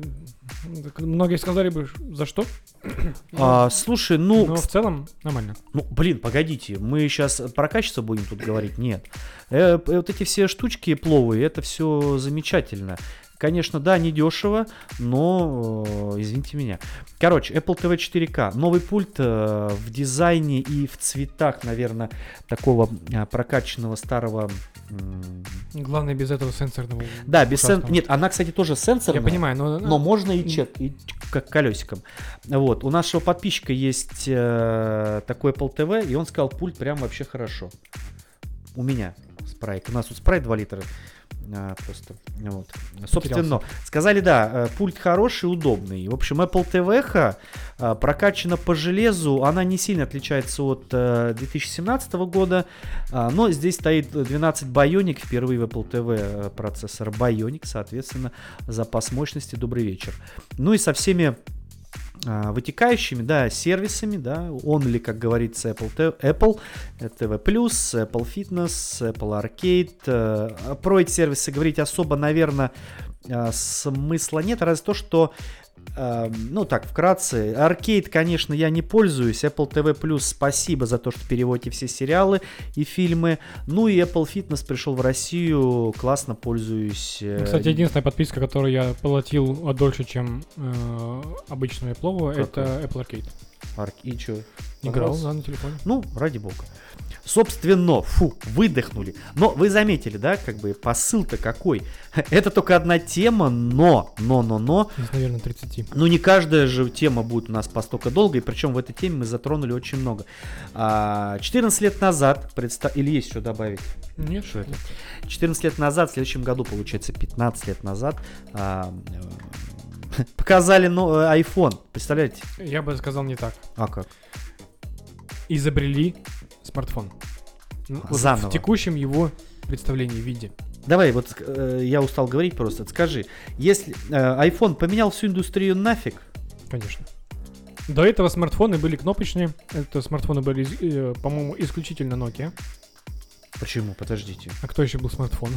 S2: многие сказали бы, за что?
S1: Слушай,
S2: но в целом нормально.
S1: Ну, блин, погодите, мы сейчас про качество будем тут говорить? Нет. Вот эти все штучки пловые, это все замечательно. Конечно, да, недешево, но, извините меня. Короче, Apple TV 4K. Новый пульт в дизайне и в цветах, наверное, такого прокачанного старого...
S2: Главное, без этого сенсорного.
S1: Да, без сенсорного. Нет, она, кстати, тоже сенсорная.
S2: Я понимаю,
S1: но можно и как колесиком. Вот, у нашего подписчика есть такой Apple TV, и он сказал, пульт прям вообще хорошо. У меня спрайт. У нас тут спрайт 2 литра. Просто, вот. Собственно, сказали, да, пульт хороший, удобный. В общем, Apple TV прокачана по железу, она не сильно отличается от 2017 года, но здесь стоит 12 Bionic, впервые в Apple TV процессор Bionic, соответственно, запас мощности, добрый вечер. Ну и со всеми вытекающими, да, сервисами, да, only, как говорится, Apple, TV+, Apple Fitness, Apple Arcade. Про эти сервисы говорить особо, наверное, смысла нет, разве то, что, ну так, вкратце, Arcade, конечно, я не пользуюсь, Apple TV+, спасибо за то, что переводите все сериалы и фильмы, ну и Apple Fitness пришел в Россию, классно пользуюсь.
S2: Кстати, единственная подписка, которую я платил дольше, чем обычную Apple, это Apple Arcade.
S1: И что?
S2: Играл, да, на телефоне.
S1: Ну, ради бога. Собственно, выдохнули. Но вы заметили, да, как бы посыл-то какой? Это только одна тема, но.
S2: Из, наверное, 30.
S1: Ну, не каждая же тема будет у нас постолько долго, и причем в этой теме мы затронули очень много. 14 лет назад, или есть что добавить?
S2: Нет.
S1: Что это? 14 лет назад, в следующем году, получается, 15 лет назад, показали iPhone, представляете?
S2: Я бы сказал не так.
S1: А как?
S2: Изобрели смартфон.
S1: Заново.
S2: В текущем его представлении, виде.
S1: Давай, вот я устал говорить просто. Скажи, если iPhone поменял всю индустрию нафиг?
S2: Конечно. До этого смартфоны были кнопочные. Это смартфоны были, по-моему, исключительно Nokia.
S1: Почему? Подождите.
S2: А кто еще был смартфон?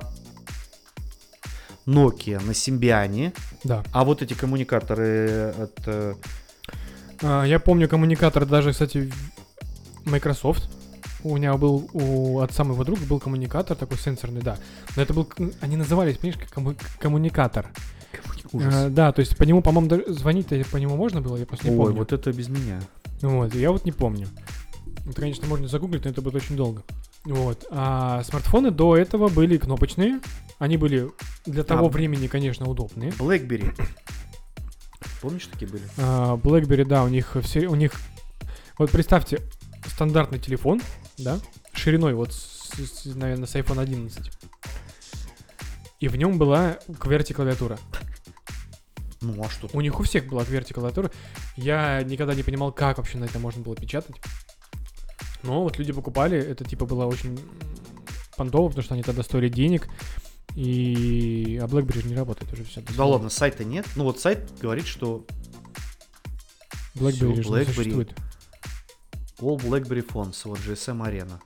S1: Nokia на Симбиане.
S2: Да.
S1: А вот эти коммуникаторы от...
S2: Я помню коммуникатор даже, кстати, Microsoft. У меня был, у отца моего друга был коммуникатор такой сенсорный, да. Но это был, они назывались, понимаешь, как коммуникатор.
S1: Ужас.
S2: Да, то есть по нему, по-моему, звонить-то по нему можно было, я просто не помню.
S1: Ой, вот это без меня.
S2: Вот, я вот не помню. Это, конечно, можно загуглить, но это будет очень долго. Вот. А смартфоны до этого были кнопочные. Они были для того времени, конечно, удобные.
S1: BlackBerry. Помнишь, такие были?
S2: BlackBerry, да, у них вот представьте, стандартный телефон, да, шириной вот, наверное, с iPhone 11. И в нем была QWERTY-клавиатура.
S1: Ну, а что?
S2: У них у всех была QWERTY-клавиатура. Я никогда не понимал, как вообще на это можно было печатать. Но вот люди покупали, это типа было очень понтово, потому что они тогда стоили денег. А BlackBerry же не работает уже все.
S1: Да ладно, сайта нет. Ну вот сайт говорит, что
S2: BlackBerry
S1: всё,
S2: же не существует.
S1: All BlackBerry Phones, вот GSM Arena.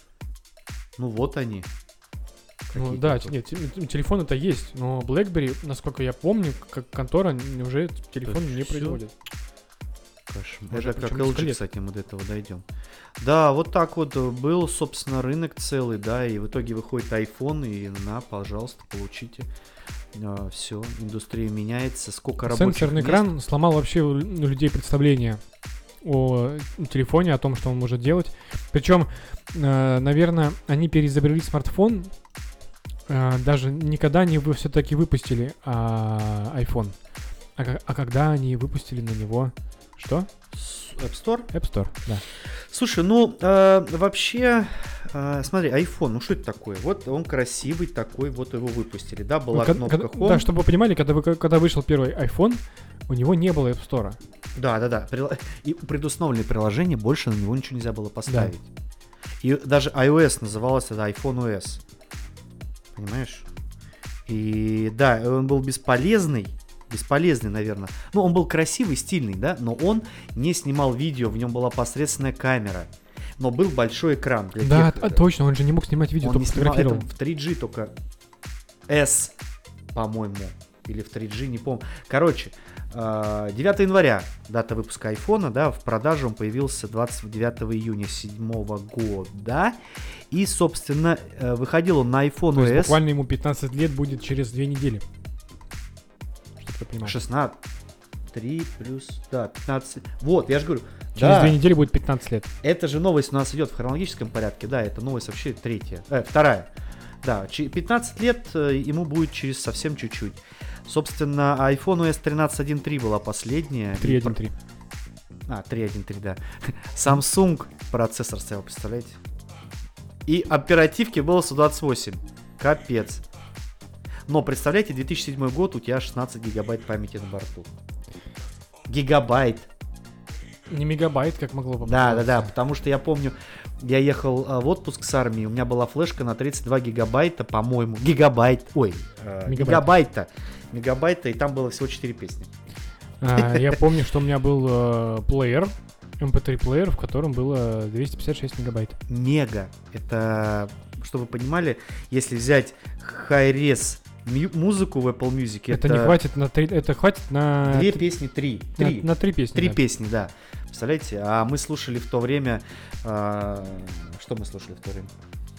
S1: Ну вот они.
S2: Ну
S1: Какие-то
S2: да,
S1: тут.
S2: нет, телефон-то есть, но BlackBerry, насколько я помню, как контора уже телефон
S1: Да
S2: не
S1: всё.
S2: производит.
S1: Кошмар.
S2: Уже
S1: Это как
S2: причём несколько
S1: LG,
S2: лет.
S1: кстати, мы до этого дойдем. Да, вот так вот был, собственно, рынок целый, да, и в итоге выходит iPhone, и пожалуйста, получите. Все, индустрия меняется, сколько рабочих
S2: Сенсорный
S1: мест.
S2: экран сломал вообще у людей представление о телефоне, о том, что он может делать. Причем, наверное, они переизобрели смартфон, даже никогда не все-таки выпустили iPhone. А когда они выпустили на него что?
S1: App Store?
S2: App Store, да.
S1: Слушай, вообще, смотри, iPhone, ну что это такое? Вот он красивый такой, вот его выпустили, да, была кнопка Home.
S2: Да, чтобы вы понимали, когда вышел первый iPhone, у него не было App Store.
S1: Да. И предустановленное приложение, больше на него ничего нельзя было поставить. И даже iOS называлось тогда iPhone OS. Понимаешь? И да, он был бесполезный, наверное. Ну, он был красивый, стильный, да, но он не снимал видео, в нем была посредственная камера. Но был большой экран для
S2: Да,
S1: тех,
S2: точно, он же не мог снимать видео,
S1: он
S2: только
S1: не снимал, это
S2: фотографировал.
S1: в 3G только S, по-моему, или в 3G, не помню. Короче, 9 января, дата выпуска айфона, да, в продаже он появился 29 июня 2007 года. И, собственно, выходил он на iPhone
S2: То есть
S1: OS.
S2: буквально ему 15 лет будет через 2 недели. Чтобы ты понимал.
S1: 16, 3 плюс, да, 15. Вот, я же говорю,
S2: Через
S1: да,
S2: 2 недели будет 15 лет.
S1: эта же новость у нас идет в хронологическом порядке, да, это новость вообще вторая. Да, 15 лет ему будет через совсем чуть-чуть. Собственно, iPhone OS 13.1.3 была последняя.
S2: 3.1.3.
S1: 3.1.3, да. Samsung процессор стоял, представляете? И оперативки было 128. Капец. Но, представляете, 2007 год, у тебя 16 гигабайт памяти на борту. Гигабайт.
S2: Не мегабайт, как могло бы
S1: Да,
S2: показаться.
S1: потому что я помню, я ехал в отпуск с армии, у меня была флешка на 32 гигабайта, по-моему. Мегабайта, и там было всего 4 песни.
S2: Я помню, что у меня был плеер, MP3 плеер, в котором было 256 мегабайт.
S1: Мега. Это, чтобы вы понимали, если взять high-res музыку в Apple Music,
S2: Это не хватит на 3, это хватит на...
S1: Две песни, три.
S2: На 3 песни.
S1: Три
S2: да.
S1: песни, да. Представляете? А мы слушали в то время... что мы слушали в то время?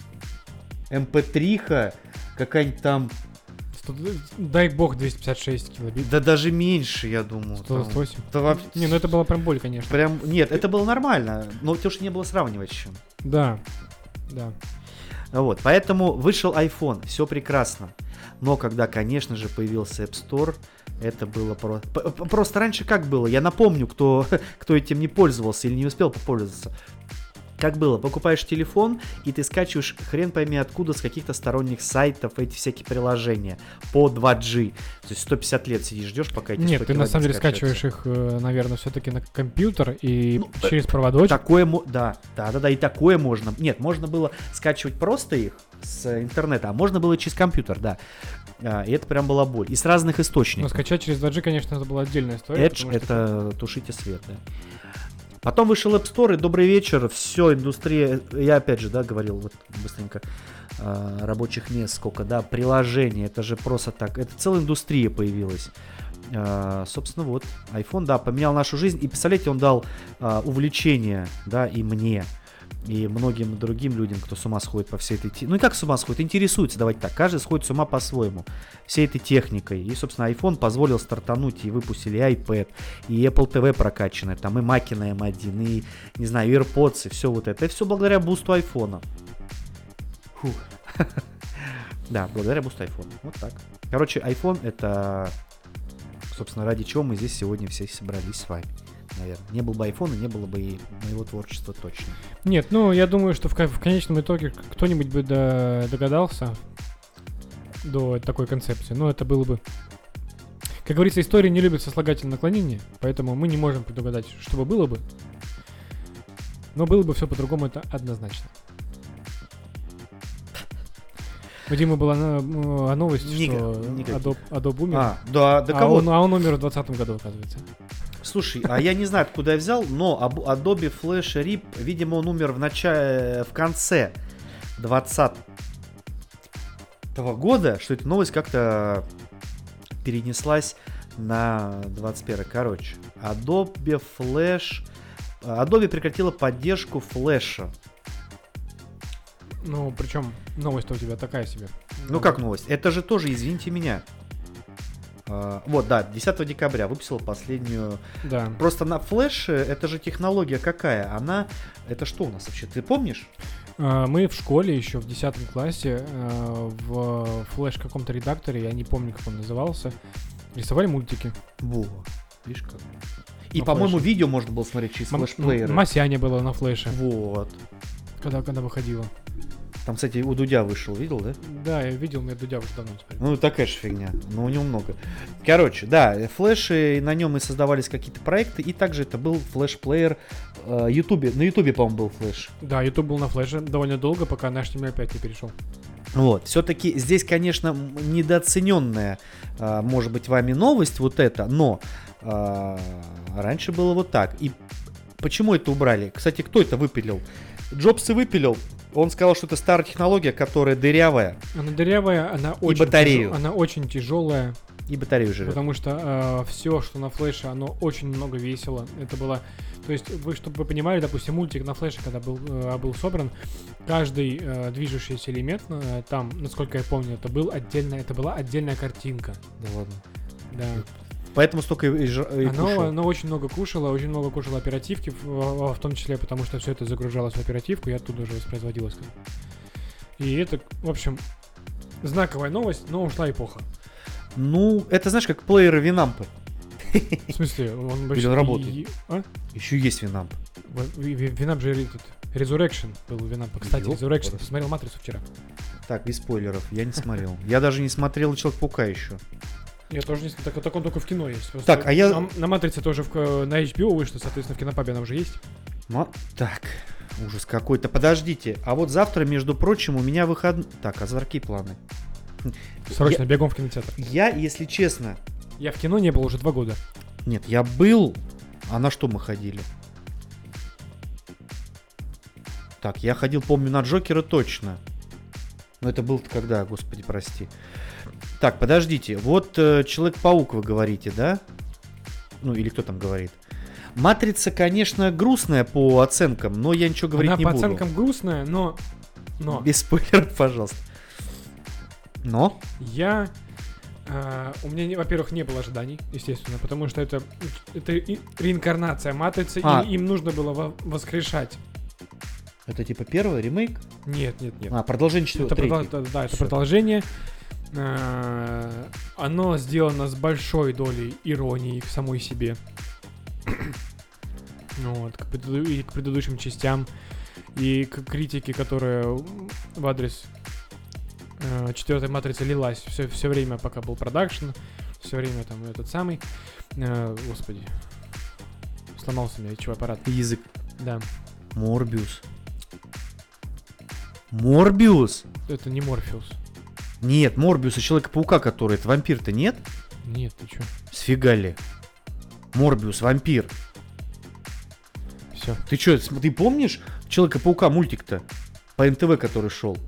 S1: MP3-ха, какая-нибудь там...
S2: Дай бог 256 килобит.
S1: Да даже меньше, я думаю.
S2: 128.
S1: Там, да
S2: Не, ну это была прям боль, конечно.
S1: прям, нет, это было нормально, но потому что не было сравнивать с чем.
S2: Да.
S1: Вот, поэтому вышел iPhone, все прекрасно. Но когда, конечно же, появился App Store, это было просто раньше как было? Я напомню, кто этим не пользовался или не успел попользоваться. Как было? Покупаешь телефон, и ты скачиваешь хрен пойми откуда, с каких-то сторонних сайтов эти всякие приложения по 2G. То есть 150 лет сидишь, ждешь, пока эти 100
S2: Нет, ты на
S1: килобит
S2: самом деле
S1: скачаются.
S2: скачиваешь их, наверное, все-таки на компьютер и
S1: Ну,
S2: через проводочек.
S1: Такое, да, и такое можно. Нет, можно было скачивать просто их с интернета, а можно было через компьютер, да. И это прям была боль. И с разных
S2: Но
S1: источников.
S2: скачать через 2G, конечно, это была отдельная история.
S1: Edge — это тушите свет, да. Потом вышел App Store, и добрый вечер, все, индустрия, я опять же, да, говорил вот быстренько, рабочих мест сколько, да, приложений, это же просто так, это целая индустрия появилась. Собственно, вот, iPhone, да, поменял нашу жизнь, и, представляете, он дал увлечение, да, и мне, и многим другим людям, кто с ума сходит по всей этой... Ну и как с ума сходит? Интересуется, давайте так. Каждый сходит с ума по-своему. Всей этой техникой. И, собственно, iPhone позволил стартануть. И выпустили и iPad, и Apple TV прокачанная, там и Mac на M1, и, не знаю, AirPods, и все вот это. И все благодаря бусту iPhone. Фух. Да, благодаря бусту iPhone. Вот так. Короче, iPhone — это, собственно, ради чего мы здесь сегодня все собрались с вами. Наверное. Не было бы iPhone, не было бы и моего творчества точно.
S2: Нет, ну я думаю, что в конечном итоге кто-нибудь бы догадался до такой концепции. Но это было бы... Как говорится, история не любит сослагательное наклонение, поэтому мы не можем предугадать, что бы было бы. Но было бы все по-другому, это однозначно. У Димы была новость, что Adobe умер.
S1: Да кого?
S2: Он умер в 2020 году, оказывается.
S1: Слушай, а я не знаю, откуда я взял, но Adobe Flash RIP, видимо, он умер в конце 2020 года, что эта новость как-то перенеслась на 21. Короче, Adobe прекратила поддержку флэша.
S2: Ну, причем новость-то у тебя такая себе.
S1: Ну, как новость? Это же тоже, извините меня. Вот, да, 10 декабря выпустила последнюю.
S2: Да.
S1: Просто на флеше, это же технология какая? Это что у нас вообще? Ты помнишь?
S2: Мы в школе еще в 10 классе в флеш каком-то редакторе, я не помню, как он назывался, рисовали мультики.
S1: Во, видишь как. И, по-моему, видео можно было смотреть через флеш-плееры.
S2: Масяня было на флеше.
S1: Вот.
S2: Когда выходила.
S1: Там, кстати, у Дудя вышел, видел, да?
S2: Да, я видел, но я Дудя уже давно не смотрел.
S1: Ну, такая же фигня, но у него много. Короче, да, флеши, на нем и создавались какие-то проекты, и также это был флеш-плеер Ютубе. На Ютубе, по-моему, был флеш.
S2: Да, Ютуб был на флеше довольно долго, пока на HTML5 не перешел.
S1: Вот, все-таки здесь, конечно, недооцененная, может быть, вами новость вот эта, но раньше было вот так. И почему это убрали? Кстати, кто это выпилил? Джобс и выпилил. Он сказал, что это старая технология, которая дырявая.
S2: Она дырявая, она очень тяжелая.
S1: И батарею жрет.
S2: Потому что все, что на флеше, оно очень много весило. Это было... То есть, чтобы вы понимали, допустим, мультик на флеше, когда был собран, каждый движущийся элемент, там, насколько я помню, это была отдельная картинка.
S1: Да ладно.
S2: Да.
S1: Поэтому столько и кушало.
S2: Оно очень много кушало оперативки, в том числе, потому что все это загружалось в оперативку и оттуда уже воспроизводилось. И это, в общем, знаковая новость, но ушла эпоха.
S1: Ну, это знаешь, как плееры Winamp.
S2: В смысле? Он
S1: работает. Еще есть Winamp.
S2: Winamp же Resurrection был у Winamp. Кстати, Resurrection. Посмотрел «Матрицу» вчера.
S1: Так, без спойлеров. Я не смотрел. Я даже не смотрел «Человек-паука» еще.
S2: Я тоже не смотрел. Так он только в кино есть. Просто
S1: так,
S2: на «Матрице» тоже на HBO вышло, соответственно, в Кинопабе она уже есть.
S1: Так, ужас какой-то. Подождите. А вот завтра, между прочим, у меня выходные... Так, озорки планы.
S2: Срочно, бегом в кинотеатр.
S1: Я, если честно...
S2: Я в кино не был уже 2 года.
S1: Нет, я был. А на что мы ходили? Так, я ходил, помню, на Джокера точно. Но это был когда, господи, прости. Так, подождите. Вот Человек-паук вы говорите, да? Ну, или кто там говорит? «Матрица», конечно, грустная по оценкам, но я ничего говорить не буду.
S2: Она по оценкам грустная, но...
S1: Без спойлеров, пожалуйста. Но?
S2: У меня, во-первых, не было ожиданий, естественно, потому что это реинкарнация «Матрицы», и им нужно было воскрешать.
S1: Это типа первый ремейк?
S2: Нет.
S1: Продолжение 4-3.
S2: Да, это продолжение. Оно сделано с большой долей иронии к самой себе. Вот, и к предыдущим частям, и к критике, которая в адрес 4-й «Матрицы» лилась все время, пока был продакшн, все время там этот самый... Господи. Сломался у меня речевой аппарат.
S1: Язык.
S2: Да.
S1: Морбиус?
S2: Это не Морфеус.
S1: Нет, Морбиус и Человека-паука, который... Это вампир-то нет?
S2: Нет, ты чё?
S1: Сфига ли? Морбиус, вампир.
S2: Все.
S1: Ты чё, ты помнишь Человека-паука мультик-то? По НТВ, который шел?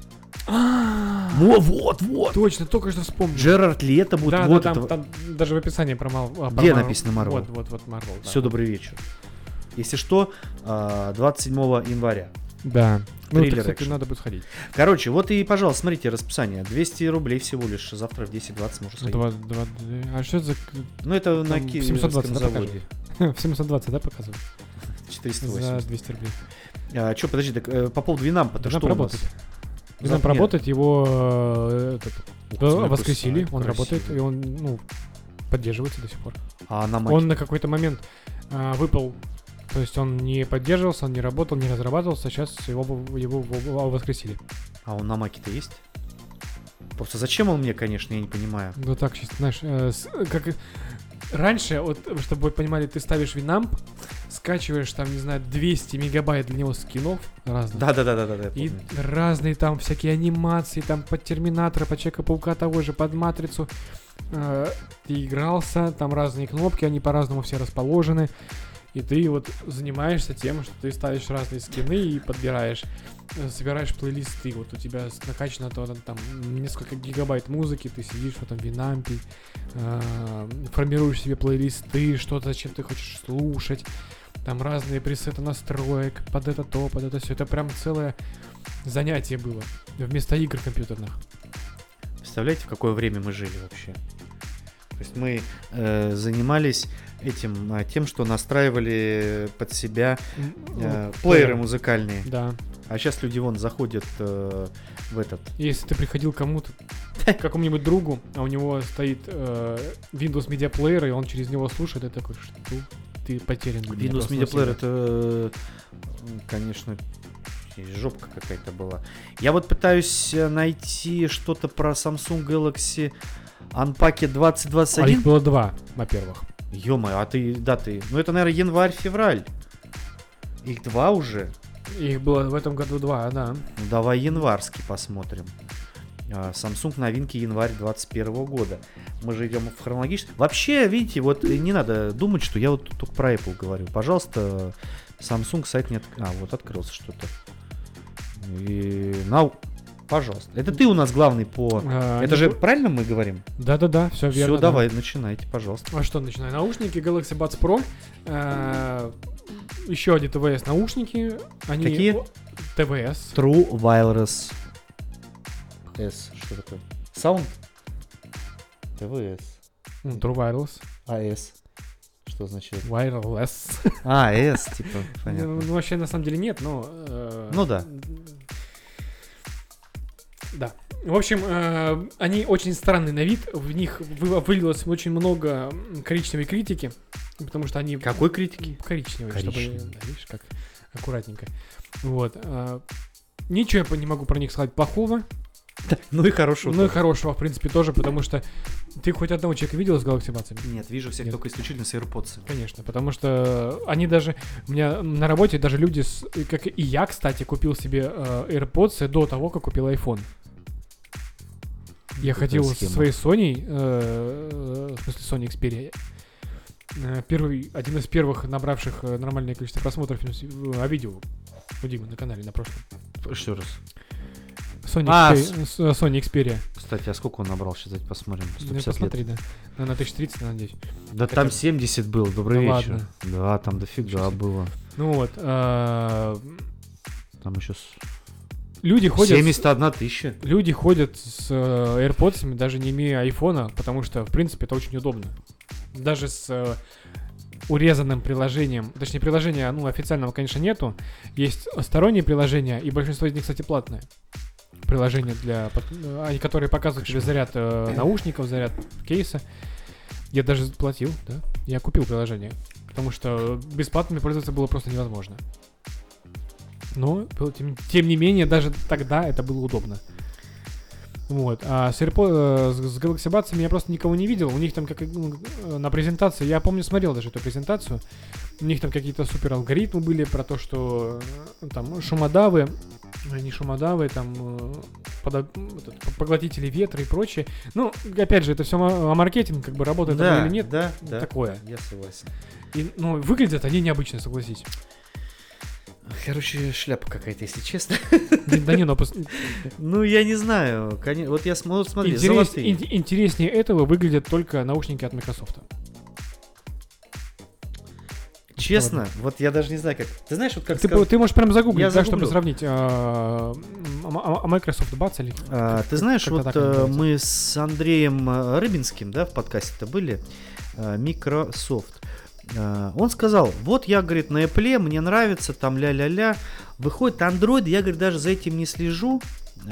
S1: Вот.
S2: Точно, только что вспомнил.
S1: Джерард Лето будет.
S2: Да, там даже в описании про Marvel.
S1: Где написано Marvel?
S2: Вот Marvel.
S1: Все, добрый вечер. Если что, 27 января.
S2: Да.
S1: Трейлер,
S2: кстати, надо будет сходить.
S1: Короче, вот и, пожалуйста, смотрите расписание. 200 рублей всего лишь. Завтра в 10:20 можно сходить.
S2: А что это за...
S1: Ну, это на
S2: 720,
S1: заводе.
S2: В 720, да, показывает?
S1: 480.
S2: За 200 рублей.
S1: Что, подожди, так, по поводу Winamp-то что у нас?
S2: Winamp работает, его воскресили, он работает, и он, поддерживается до сих пор. Он на какой-то момент выпал. То есть он не поддерживался, он не работал, не разрабатывался, сейчас его воскресили.
S1: А он на маке-то есть? Просто зачем он мне, конечно, я не понимаю.
S2: Ну так, чисто, знаешь, раньше, вот, чтобы вы понимали, ты ставишь Winamp, скачиваешь там, не знаю, 200 мегабайт для него скинов разных.
S1: Да, я
S2: И
S1: помню.
S2: разные там всякие анимации, там под Терминатора, под Человека-паука того же, под Матрицу. Ты игрался, там разные кнопки, они по-разному все расположены. И ты вот занимаешься тем, что ты ставишь разные скины и подбираешь, собираешь плейлисты. Вот у тебя накачано там несколько гигабайт музыки, ты сидишь в этом Винампе, формируешь себе плейлисты, что-то, зачем ты хочешь слушать. Там разные пресеты настроек, под это то, под это все. Это прям целое занятие было вместо игр компьютерных.
S1: Представляете, в какое время мы жили вообще? То есть мы занимались тем, что настраивали под себя плееры музыкальные.
S2: Да.
S1: А сейчас люди вон заходят в этот...
S2: Если ты приходил кому-то, какому-нибудь другу, а у него стоит Windows Media Player, и он через него слушает, и такой, что ты потерян.
S1: Windows Media Player это, конечно, жопка какая-то была. Я вот пытаюсь найти что-то про Samsung Galaxy Unpacked
S2: А
S1: 2021.
S2: их было 2, во-первых.
S1: Ё-моё, а ты... Ну это, наверное, январь-февраль. Их 2 уже.
S2: Их было в этом году 2, да.
S1: Ну, давай январский посмотрим. Samsung новинки январь 2021 года. Мы же идем в хронологически. Вообще, видите, вот не надо думать, что я вот только про Apple говорю. Пожалуйста, Samsung сайт не вот открылся что-то. Пожалуйста. Это ты у нас главный по... Это же правильно мы говорим?
S2: Да, все верно.
S1: Все, давай, начинайте, пожалуйста.
S2: А что, начинаю? Наушники Galaxy Buds Pro. Еще один ТВС наушники. Они...
S1: Какие?
S2: ТВС.
S1: True Wireless S. Что такое? Sound? ТВС.
S2: True Wireless.
S1: AS. Что означает?
S2: Wireless.
S1: S, типа, понятно.
S2: Ну, вообще, на самом деле нет, но...
S1: Ну да.
S2: Да. В общем, они очень странные на вид. В них вылилось очень много коричневой критики. Потому что они...
S1: Какой критики?
S2: Коричневой,
S1: Коричневой.
S2: чтобы... Да, видишь, как аккуратненько. Вот. Ничего я не могу про них сказать плохого.
S1: Ну и хорошего.
S2: Ну и хорошего, в принципе, тоже, потому что ты хоть одного человека видел с Galaxy Buds?
S1: Нет, вижу всех
S2: Нет.
S1: только исключительно с AirPods.
S2: Конечно, потому что они даже... У меня на работе даже люди, как и я, кстати, купил себе AirPods до того, как купил iPhone. Я ходил со своей Sony, в смысле Sony Xperia. Один из первых набравших нормальное количество просмотров видео у Димы на канале на прошлом.
S1: Еще раз.
S2: Sony Xperia.
S1: Кстати, а сколько он набрал? Сейчас давайте посмотрим. 150
S2: Посмотри,
S1: лет.
S2: да. На 1030, надеюсь.
S1: Да
S2: Хотя
S1: там
S2: бы.
S1: 70 был, добрый
S2: Ну
S1: вечер.
S2: ладно.
S1: Да, там дофига было.
S2: Ну вот.
S1: Там еще
S2: Люди ходят...
S1: 71 тысяча.
S2: Люди ходят с AirPods, даже не имея айфона, потому что, в принципе, это очень удобно. Даже с урезанным приложением. Точнее, приложения, официального, конечно, нету. Есть сторонние приложения, и большинство из них, кстати, платные. Приложения, которые показывают тебе заряд наушников, заряд кейса. Я даже платил, да. Я купил приложение. Потому что бесплатными пользоваться было просто невозможно. Но, тем не менее, даже тогда это было удобно. Вот. А с Galaxy Buds я просто никого не видел. У них там на презентации, я помню, смотрел даже эту презентацию. У них там какие-то супер алгоритмы были про то, что там шумодавы, не шумодавы, там поглотители ветра и прочее. Ну, опять же, это все маркетинг, как бы работает
S1: Да,
S2: или нет.
S1: да,
S2: такое.
S1: Я согласен.
S2: И, выглядят они необычно, согласись.
S1: Короче, шляпа какая-то, если честно.
S2: Да не, но...
S1: Ну, я не знаю. Вот я смотри, золотые.
S2: Интереснее этого выглядят только наушники от Microsoft.
S1: Честно, вот я даже не знаю, как... Ты знаешь, вот как
S2: Ты можешь прям загуглить,
S1: Я
S2: да, чтобы
S1: загуглил.
S2: сравнить Microsoft Buds или...
S1: Ты знаешь,
S2: как-то
S1: вот
S2: так называется.
S1: мы с Андреем Рыбинским, да, в подкасте-то были, Microsoft. Он сказал, вот я, говорит, на Apple, мне нравится, там ля-ля-ля. Выходит Android, я, говорит, даже за этим не слежу.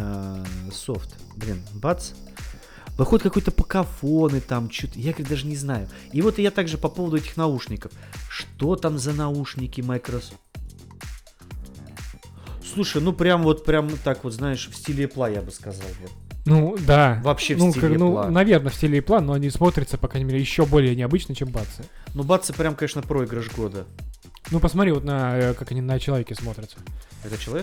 S1: Buds. Выходят какой-то покафоны там, что-то, я, говорит, даже не знаю. И вот я также по поводу этих наушников. Что там за наушники Microsoft? Слушай, прям так вот, знаешь, в стиле Apple, я бы сказал. Вот.
S2: Ну, да.
S1: Вообще в стиле Apple.
S2: Наверное, в стиле Apple, но они смотрятся, по крайней мере, еще более необычно, чем бадсы.
S1: Ну, бадсы прям, конечно, проигрыш года.
S2: Ну, посмотри вот на, как они на человеке смотрятся.
S1: Это человек?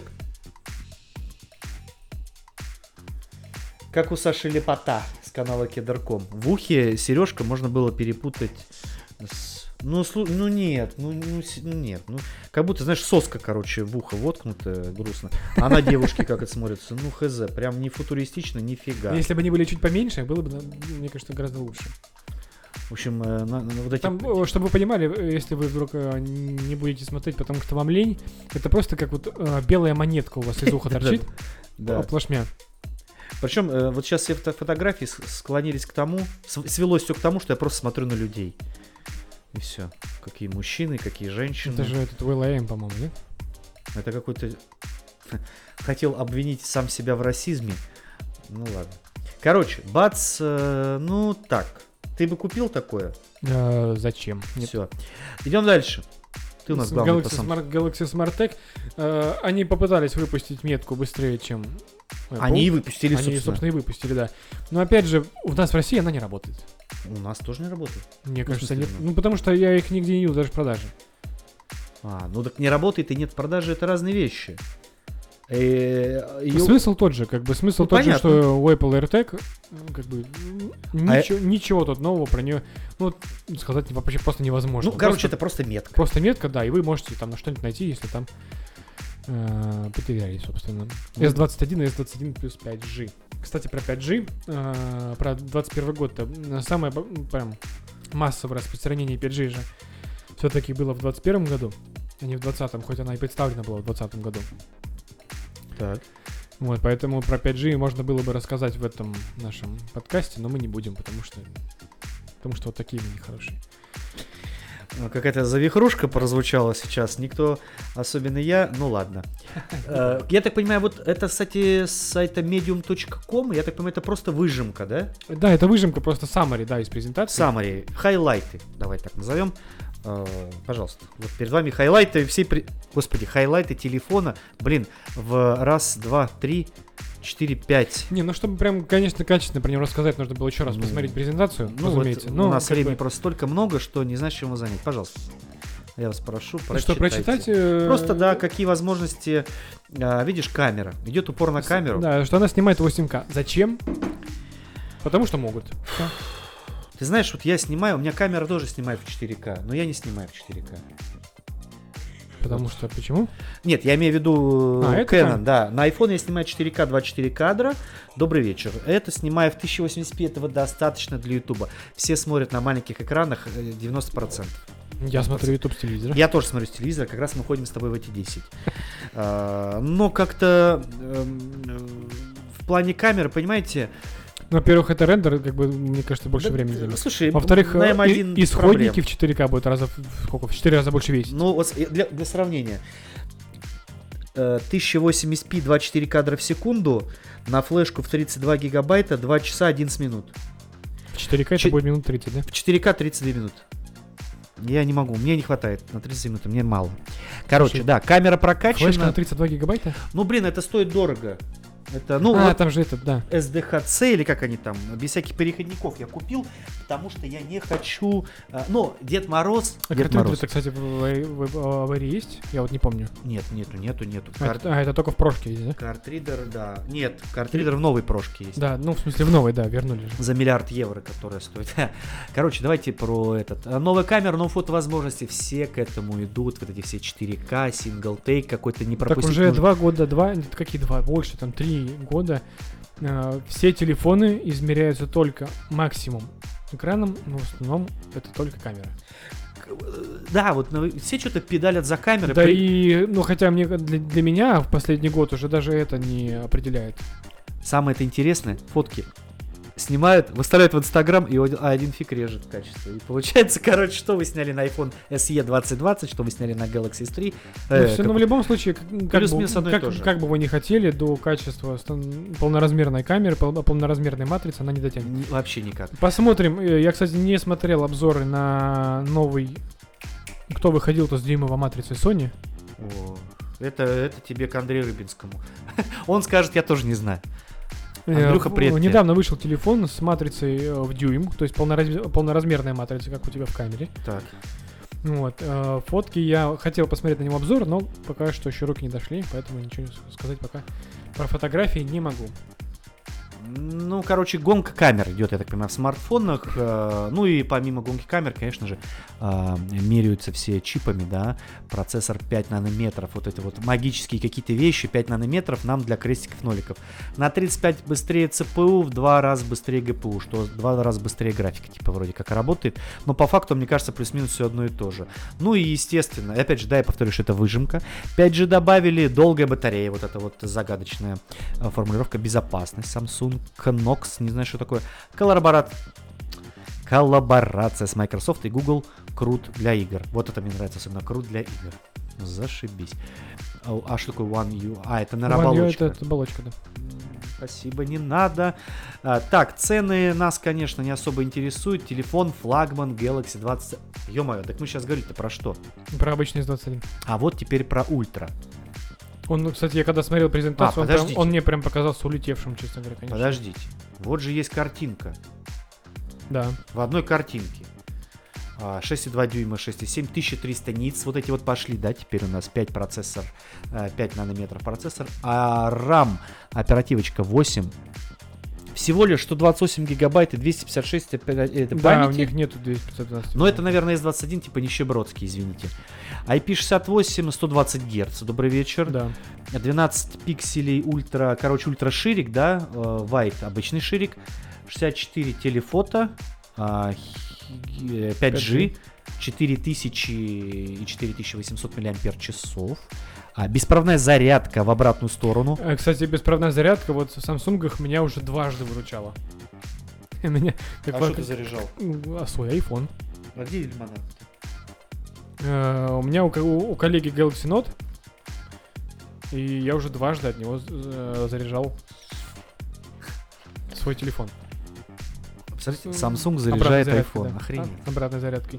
S1: Как у Саши Лепота с канала Кедр.ком. В ухе сережка можно было перепутать с... нет, нет. Как будто, знаешь, соска, короче, в ухо воткнутая, грустно. А на девушке как это смотрится? Ну, хз, прям не футуристично, нифига.
S2: Если бы они были чуть поменьше, было бы, мне кажется, гораздо лучше.
S1: В общем, вот эти...
S2: Там, чтобы вы понимали, если вы вдруг не будете смотреть, потому что вам лень, это просто как вот белая монетка у вас из уха торчит, плашмя.
S1: Причем вот сейчас все фотографии склонились к тому, свелось все к тому, что я просто смотрю на людей. И все. Какие мужчины, какие женщины.
S2: Это же этот Will.i.am, по-моему, нет?
S1: Это какой-то... Хотел обвинить сам себя в расизме. Ну ладно. Короче, бац, ну так. Ты бы купил такое?
S2: Зачем?
S1: Все. Идем дальше. Ты у нас главный
S2: Galaxy Smart Tag. Они попытались выпустить метку быстрее, чем Apple.
S1: Они и выпустили,
S2: собственно, и выпустили, да. Но опять же, у нас в России она не работает.
S1: У нас тоже не работает?
S2: Мне кажется, нет. Ну, потому что я их нигде не видел, даже в продаже.
S1: Ну так не работает и нет продажи, это разные вещи.
S2: Смысл тот же, смысл тот же, что у Apple AirTag, ничего тут нового про нее, сказать вообще просто невозможно.
S1: Ну, короче, это просто метка.
S2: Просто метка, да, и вы можете там на что-нибудь найти, если там потерялись, собственно. S21 и S21 плюс 5G. Кстати, про 5G, про 21 год-то, самое прям массовое распространение 5G же все-таки было в 21 году, а не в 20-м, хоть она и представлена была в 20 году.
S1: Так.
S2: Вот, поэтому про 5G можно было бы рассказать в этом нашем подкасте, но мы не будем, потому что вот такие мы нехорошие.
S1: Какая-то завихрушка прозвучала сейчас, никто, особенно я, ну ладно. Я так понимаю, вот это, кстати, с сайта medium.com, я так понимаю, это просто выжимка, да?
S2: Да, это выжимка, просто summary, да, из презентации.
S1: Summary, хайлайты, давай так назовем. Пожалуйста, вот перед вами хайлайты хайлайты телефона, в раз, два, три, 4, 5.
S2: Не, чтобы прям, конечно, качественно про него рассказать, нужно было еще раз посмотреть презентацию, разумеется.
S1: У нас времени просто столько много, что не знаешь, чем его занять. Пожалуйста, я вас прошу, прочитайте.
S2: Что, прочитать?
S1: Просто, да, какие возможности. Видишь, камера. Идет упор на камеру.
S2: Да, что она снимает 8К. Зачем? Потому что могут. Все.
S1: Ты знаешь, вот я снимаю, у меня камера тоже снимает в 4К, но я не снимаю в 4К.
S2: Потому что, почему?
S1: Нет, я имею в виду Canon,
S2: это
S1: да. На iPhone я снимаю 4К, 24 кадра. Добрый вечер. Это снимаю в 1080p, этого достаточно для YouTube. Все смотрят на маленьких экранах 90%.
S2: Я смотрю YouTube с телевизора.
S1: Я тоже смотрю с телевизора, как раз мы ходим с тобой в эти 10. Но как-то в плане камеры, понимаете...
S2: Во-первых, это рендер, мне кажется, больше времени займет.
S1: Слушай,
S2: во-вторых, исходники в 4К будут в 4 раза больше весить.
S1: Ну, вот для сравнения. 1080p 24 кадра в секунду на флешку в 32 гигабайта 2 часа 11 минут.
S2: В 4К это будет минут 30, да?
S1: В 4К 32 минуты. Я не могу, мне не хватает на 30 минут, мне мало. Короче, слушай, да, камера прокачана.
S2: Флешка на 32 гигабайта?
S1: Ну, это стоит дорого. Это,
S2: там же да.
S1: SDHC или как они там, без всяких переходников я купил, потому что я не хочу... Дед Мороз...
S2: Картридер-то, кстати, в аварии есть? Я вот не помню.
S1: Нету.
S2: Это только в прошке есть, да?
S1: Картридер, да. Нет, картридер в новой прошке есть.
S2: Да, в смысле в новой, да, вернули же.
S1: За миллиард евро, которая стоит. Короче, давайте про новая камера, новые фотовозможности, все к этому идут, вот эти все 4К, сингл-тейк какой-то не пропустить.
S2: Так уже 2 года, какие 2, больше, там 3 года все телефоны измеряются только максимум экраном, но в основном это только камера.
S1: Да, вот все что-то педалят за камерой.
S2: Да и, хотя для меня в последний год уже даже это не определяет.
S1: Самое-то интересное, фотки снимают, выставляют в Инстаграм, и один фиг режет качество. И получается, что вы сняли на iPhone SE 2020, что вы сняли на Galaxy S3.
S2: В любом случае, как бы вы ни хотели, до качества полноразмерной камеры, полноразмерной матрицы она не дотянет.
S1: Вообще никак.
S2: Посмотрим. Я, кстати, не смотрел обзоры на новый... Кто выходил-то с дюймовой матрицей Sony?
S1: Это тебе к Андрею Рыбинскому. Он скажет, я тоже не знаю. Андрюха, привет тебе.
S2: Недавно вышел телефон с матрицей в дюйм, то есть полноразмерная матрица, как у тебя в камере.
S1: Так.
S2: Вот, фотки я хотел посмотреть на него обзор, но пока что еще руки не дошли, поэтому ничего сказать пока про фотографии не могу.
S1: Ну, короче, гонка камер идет, я так понимаю, в смартфонах. Ну и помимо гонки камер, конечно же, меряются все чипами, да. Процессор 5 нанометров, вот эти вот магические какие-то вещи, 5 нанометров нам для крестиков-ноликов. На 35 быстрее ЦПУ, в 2 раза быстрее ГПУ, что в 2 раза быстрее графика, типа, вроде как работает. Но по факту, мне кажется, плюс-минус все одно и то же. Ну и, естественно, опять же, да, я повторю, что это выжимка. 5G добавили, долгая батарея, вот эта вот загадочная формулировка, безопасность, Samsung Knox, не знаю, что такое. Коллаборация с Microsoft и Google. Крут для игр. Вот это мне нравится, особенно крут для игр. Зашибись. А что такое One UI? Это, наверное, оболочка.
S2: Это оболочка, да.
S1: Спасибо, не надо. Так, цены нас, конечно, не особо интересуют. Телефон, флагман, Galaxy 20... Ё-моё, так мы сейчас говорим-то про что?
S2: Про обычный S21.
S1: А вот теперь про ультра.
S2: Он, кстати, я когда смотрел презентацию,
S1: подождите.
S2: он мне прям показался улетевшим, честно говоря, конечно.
S1: Подождите. Вот же есть картинка.
S2: Да.
S1: В одной картинке. 6,2 дюйма, 6,7, 1300 ниц. Вот эти вот пошли, да, теперь у нас 5 процессор, 5 нанометров процессор. А RAM, оперативочка 8. Всего лишь 128 гигабайт и 256 это памяти.
S2: Да, у них нету 212.
S1: Но это, наверное, S21, типа нищебродский, извините. IP68, 120 Гц. Добрый вечер.
S2: Да.
S1: 12 пикселей ультра, короче, ультра ширик, да, wide, обычный ширик. 64 телефото, 5G, 4000 и 4800 мАч. Беспроводная зарядка в обратную сторону.
S2: Кстати, беспроводная зарядка вот в Samsung меня уже дважды выручала. Меня,
S1: Что ты заряжал?
S2: Свой iPhone.
S1: А где лимонад?
S2: У меня у коллеги Galaxy Note, и я уже дважды от него заряжал свой телефон.
S1: Смотрите, Samsung заряжает iPhone.
S2: Да.
S1: Охренеть.
S2: Обратной зарядкой.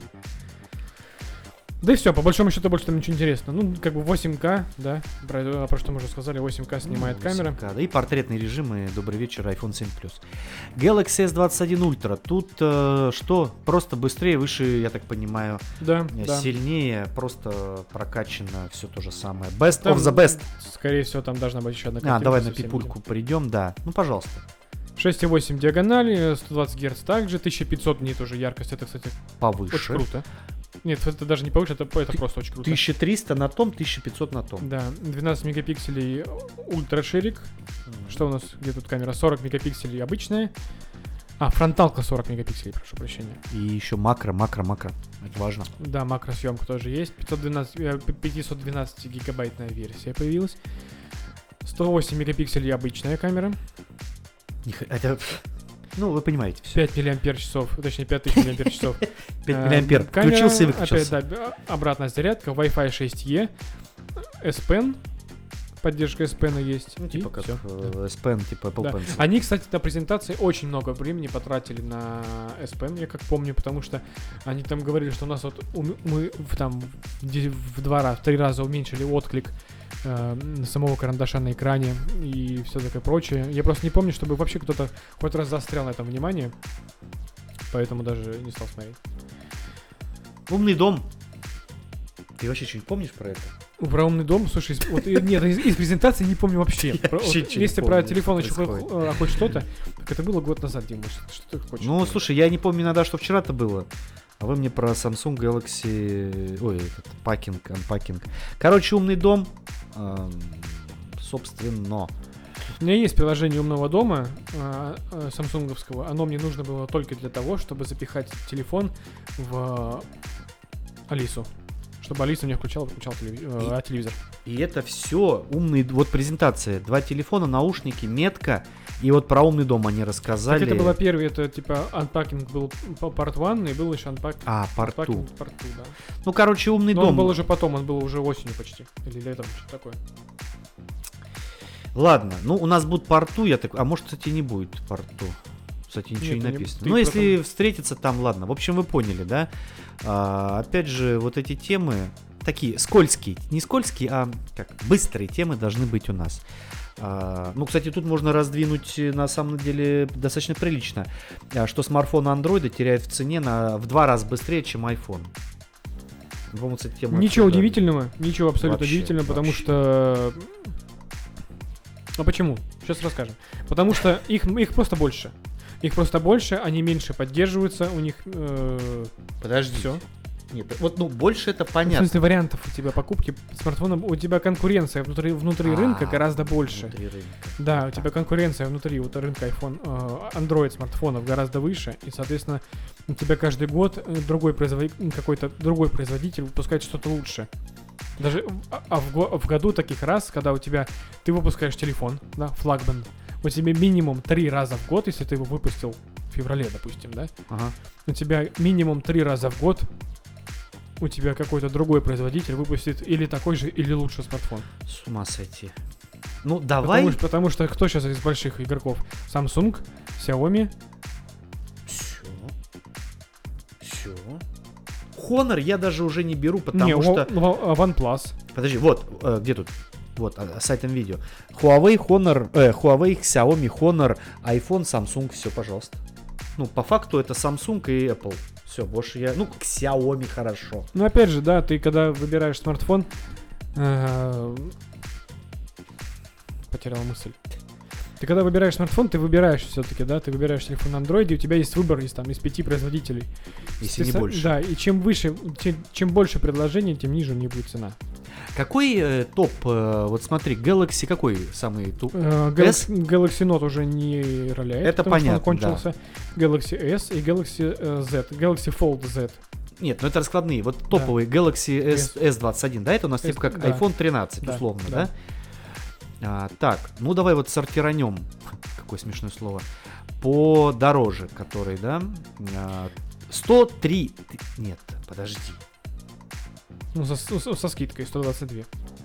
S2: Да и все, по большому счету больше там ничего интересного. Ну, как бы 8К, да, про что мы уже сказали, 8К снимает
S1: 8К,
S2: камера.
S1: Да, и портретные режимы. Добрый вечер, iPhone 7 Plus. Galaxy S21 Ultra. Тут что? Просто быстрее, выше, я так понимаю,
S2: да.
S1: сильнее, просто прокачано все то же самое. Best
S2: Там,
S1: of the best.
S2: Скорее всего, там должна быть еще одна картинка.
S1: Давай на пипульку придем, да. Ну, пожалуйста.
S2: 6,8 диагонали, 120 Гц также, 1500 нит уже яркость, это, кстати,
S1: Повыше.
S2: очень круто. Нет, это даже не повыше, это просто очень круто.
S1: 1300 на том, 1500 на том.
S2: Да, 12 мегапикселей ультраширик. Что у нас, где тут камера? 40 мегапикселей обычная. Фронталка 40 мегапикселей, прошу прощения.
S1: И еще макро. Это важно.
S2: Да, макросъемка тоже есть. 512 гигабайтная версия появилась. 108 мегапикселей обычная камера.
S1: Это... Ну, вы понимаете все.
S2: 5 миллиампер-часов, точнее 5000 миллиампер-часов.
S1: 5 миллиампер. Включился и выключился.
S2: Опять, да, обратная зарядка, Wi-Fi 6E, S Pen, поддержка S Pen есть.
S1: Ну, типа как S Pen, типа Apple Pencil.
S2: Они, кстати, на презентации очень много времени потратили на S Pen, я как помню, потому что они там говорили, что у нас вот мы там в 3 раза уменьшили отклик самого карандаша на экране и все такое прочее. Я просто не помню, чтобы вообще кто-то хоть раз застрял на этом внимание, поэтому даже не стал смотреть.
S1: Умный дом. Ты вообще что-нибудь помнишь про это?
S2: Про умный дом, слушай, вот, нет, из презентации не помню вообще. Если про телефон еще хоть что-то, так это было год назад, Дима. Что ты хочешь?
S1: Ну, слушай, я не помню иногда, что вчера-то было. А вы мне про Samsung Galaxy... Unpacking. Короче, умный дом. Собственно.
S2: У меня есть приложение умного дома самсунговского. Оно мне нужно было только для того, чтобы запихать телефон в Алису. Чтобы Алиса мне выключал телевизор. И
S1: это все умный... Вот презентация. 2 телефона, наушники, метка. И вот про умный дом они рассказали.
S2: Так это было первый, это типа Unpacking был part 1, и был еще Unpacking.
S1: Part 2.
S2: Part 2, да.
S1: Ну, короче, умный
S2: Но
S1: дом.
S2: он был уже потом, он был уже осенью почти. Или летом, что-то такое.
S1: Ладно, ну у нас будет part 2, может, кстати, не будет part 2. Кстати, ничего не написано. Ну, если встретиться там, ладно. В общем, вы поняли, да? Опять же, вот эти темы, такие скользкие, не скользкие, а как быстрые темы должны быть у нас. Ну, кстати, тут можно раздвинуть на самом деле достаточно прилично, что смартфон Android теряет в цене в 2 раза быстрее, чем iPhone. По-моему, кстати, тему
S2: Ничего
S1: обсуждали.
S2: удивительного, ничего абсолютно
S1: Вообще,
S2: удивительного, потому
S1: вообще.
S2: что... А почему? Сейчас расскажем. Потому что их просто больше. Их просто больше, они меньше поддерживаются, у них
S1: Подожди.
S2: все.
S1: Нет, вот, ну, больше это
S2: В
S1: понятно.
S2: смысле вариантов у тебя покупки смартфона, у тебя конкуренция внутри рынка гораздо больше.
S1: Внутри рынка.
S2: Да, у
S1: Так.
S2: тебя конкуренция внутри вот рынка iPhone, Android смартфонов гораздо выше, и, соответственно, у тебя каждый год какой-то другой производитель выпускает что-то лучше. Даже в году таких раз, когда ты выпускаешь телефон, да, флагман, у тебя минимум 3 раза в год, если ты его выпустил в феврале, допустим, да,
S1: Ага.
S2: у тебя минимум 3 раза в год у тебя какой-то другой производитель выпустит или такой же, или лучше смартфон.
S1: С ума сойти. Ну, давай.
S2: Потому что кто сейчас из больших игроков? Samsung, Xiaomi.
S1: Все. Honor я даже уже не беру, потому
S2: Не,
S1: что...
S2: OnePlus.
S1: Подожди, вот, где тут? Вот, сайтом видео. Huawei, Huawei, Xiaomi, Honor, iPhone, Samsung, все, пожалуйста. Ну, по факту это Samsung и Apple. Все, больше я... Ну, Xiaomi хорошо.
S2: Ну, опять же, да, ты когда выбираешь смартфон... Потерял мысль. Ты когда выбираешь смартфон, ты выбираешь все-таки, да, ты выбираешь телефон на Android, и у тебя есть выбор из 5 производителей.
S1: Если не больше.
S2: Да, и чем выше, чем больше предложений, тем ниже у них будет цена.
S1: Какой топ, вот смотри, Galaxy какой самый топ?
S2: Galaxy Note уже не роляет.
S1: Это
S2: потому что
S1: понятно,
S2: он кончился. Galaxy S и Galaxy Z. Galaxy Fold Z.
S1: Нет, ну это раскладные. Вот топовый Galaxy S21, да, это у нас типа как
S2: да.
S1: iPhone 13,
S2: Да,
S1: условно,
S2: да.
S1: да? Так, ну давай вот сортиранем, какое смешное слово, подороже, который, да, 103, нет, подожди.
S2: Ну, со скидкой 122.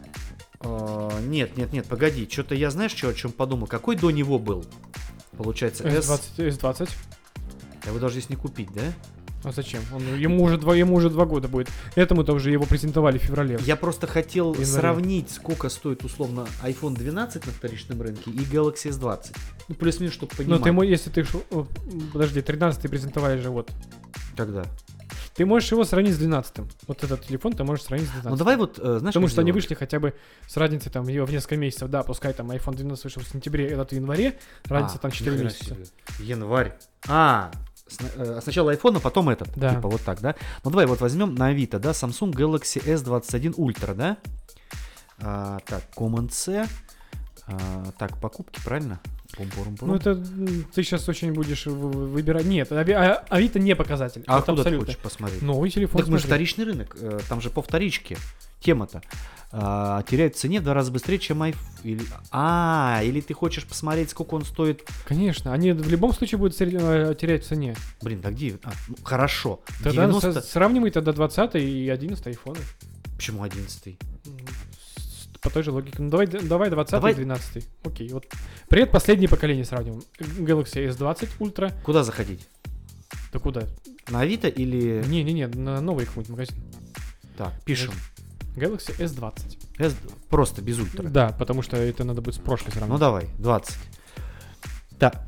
S1: Нет, погоди, что-то я, знаешь, о чем подумал, какой до него был? Получается,
S2: S20.
S1: Его даже здесь не купить, да?
S2: А зачем? Ему уже 2 года будет. Этому-то уже его презентовали в феврале.
S1: Я просто хотел
S2: Январе.
S1: сравнить, сколько стоит условно iPhone 12 на вторичном рынке и Galaxy S20. Ну, плюс-минус, чтобы
S2: Но
S1: понимать.
S2: если ты... Подожди, 13 презентовали же вот.
S1: Когда?
S2: Ты можешь его сравнить с 12. Вот этот телефон ты можешь сравнить с 12.
S1: Ну давай вот, знаешь,
S2: Потому
S1: как
S2: что они
S1: сделаем?
S2: вышли хотя бы с разницей там в несколько месяцев. Да, пускай там iPhone 12 вышел в сентябре, этот в январе. Разница там 4
S1: нихера
S2: месяца.
S1: себе. Январь. Сначала iPhone, а потом этот.
S2: Да.
S1: Типа вот так, да? Ну давай вот возьмем на Авито, да, Samsung Galaxy S21 Ultra, да? Так, Command-C. Так, покупки, правильно? Пум-пурум-пурум.
S2: Ну это ты сейчас очень будешь выбирать. Нет, Авито не показатель.
S1: А
S2: Это
S1: куда ты
S2: абсолютно.
S1: хочешь посмотреть?
S2: Новый телефон.
S1: Так мы же
S2: смотри.
S1: вторичный рынок, там же по вторичке тема-то. Теряет в цене в 2 раза быстрее, чем iPhone. Или ты хочешь посмотреть, сколько он стоит?
S2: Конечно, они в любом случае будут терять в цене.
S1: Блин, да где? Ну, хорошо.
S2: Тогда
S1: 90...
S2: сравнивай тогда 20 и 11 айфоны.
S1: Почему 11?
S2: По той же логике. Ну давай 20
S1: Давай.
S2: и 12. Окей, вот. Предпоследнее поколение сравниваем. Galaxy S20 Ultra.
S1: Куда заходить?
S2: Да куда?
S1: На Авито или...
S2: Не, на новый какой-нибудь магазин.
S1: Так, пишем.
S2: Galaxy S20.
S1: Просто без ультра.
S2: Да, потому что это надо будет с прошкой
S1: Ну
S2: сравнивать.
S1: давай, 20. Так.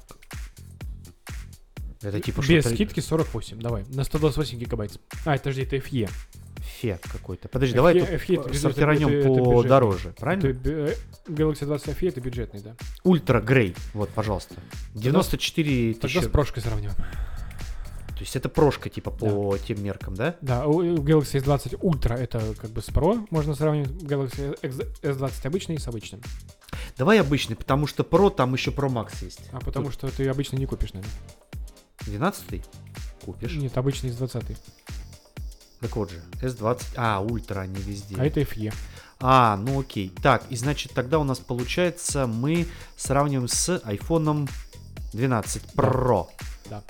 S1: Это типа
S2: Без
S1: что-то...
S2: скидки 48, давай. На 128 гигабайт. Подожди, это FE.
S1: Фе какой-то. Подожди, давай
S2: FE это
S1: тут сортиранем
S2: это
S1: подороже,
S2: бюджетный.
S1: правильно?
S2: Galaxy 20 FE это бюджетный, да.
S1: Ультра Грей, вот, пожалуйста. 94
S2: Тогда
S1: тысячи.
S2: с прошкой сравниваем.
S1: То есть это прошка типа по тем меркам, да?
S2: Да, у Galaxy S20 Ultra это как бы с Pro, можно сравнивать Galaxy S20 обычный с обычным.
S1: Давай обычный, потому что Pro, там еще Pro Max есть.
S2: А потому что ты обычный не купишь, наверное.
S1: 12-й купишь.
S2: Нет, обычный S20.
S1: Так вот же, S20. Ультра, они везде.
S2: А это FE.
S1: Ну окей. Так, и значит тогда у нас получается мы сравниваем с iPhone 12 Pro.
S2: Да.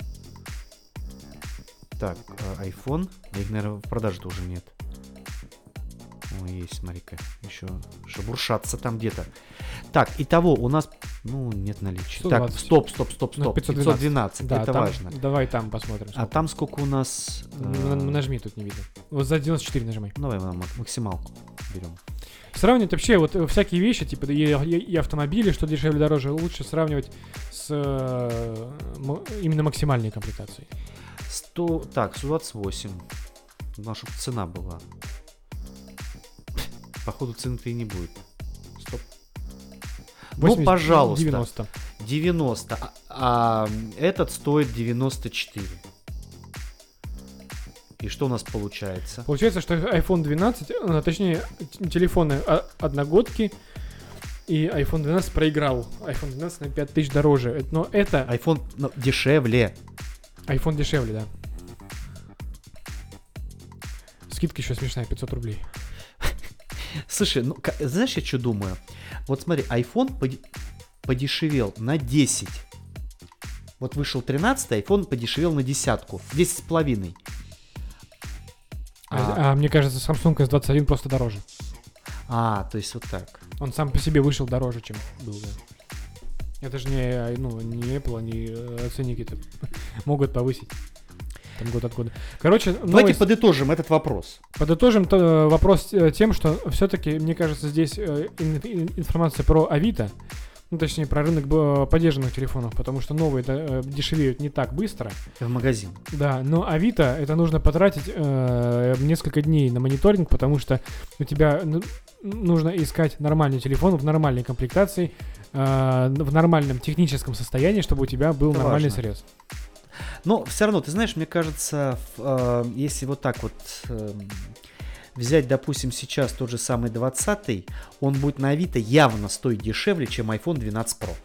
S1: Так, iPhone. Их, наверное, в продаже-то уже нет. Есть, смотри-ка. Еще шебуршатся там где-то. Так, итого у нас... нет наличия.
S2: 120.
S1: Так, стоп.
S2: Ну,
S1: 512.
S2: Да,
S1: это
S2: там,
S1: важно.
S2: Давай там посмотрим.
S1: А там сколько у нас...
S2: Нажми, тут не видно. Вот за 94 нажимай.
S1: Давай максималку берем.
S2: Сравнивать вообще вот всякие вещи, типа и автомобили, что дешевле, дороже, лучше сравнивать с именно максимальной комплектацией.
S1: 128. Наша цена была. Походу цены-то и не будет. Стоп.
S2: 80,
S1: ну, пожалуйста.
S2: 90.
S1: 90. А этот стоит 94. И что у нас получается?
S2: Получается, что iPhone 12, точнее, телефоны одногодки, и iPhone 12 проиграл. iPhone 12 на 5000 дороже. Но это...
S1: iPhone дешевле.
S2: iPhone дешевле, да. Скидка еще смешная, 500 рублей.
S1: Слушай, ну, знаешь, я что думаю? Вот смотри, iPhone подешевел на 10. Вот вышел 13, iPhone подешевел на десятку. 10,5.
S2: А мне кажется, Samsung S21 просто дороже.
S1: То есть вот так.
S2: Он сам по себе вышел дороже, чем был, да. Это же не, не Apple, они ценники-то могут повысить. Там год от года. Короче,
S1: давайте подытожим этот вопрос.
S2: Подытожим вопрос тем, что все-таки, мне кажется, здесь информация про Авито, ну, точнее, про рынок подержанных телефонов, потому что новые дешевеют не так быстро.
S1: В магазин.
S2: Да, но Авито, это нужно потратить несколько дней на мониторинг, потому что у тебя нужно искать нормальный телефон в нормальной комплектации, в нормальном техническом состоянии, чтобы у тебя был нормальный срез.
S1: Но все равно, ты знаешь, мне кажется, если вот так вот взять, допустим, сейчас тот же самый 20-й, он будет на Авито явно стоить дешевле, чем iPhone 12 Pro.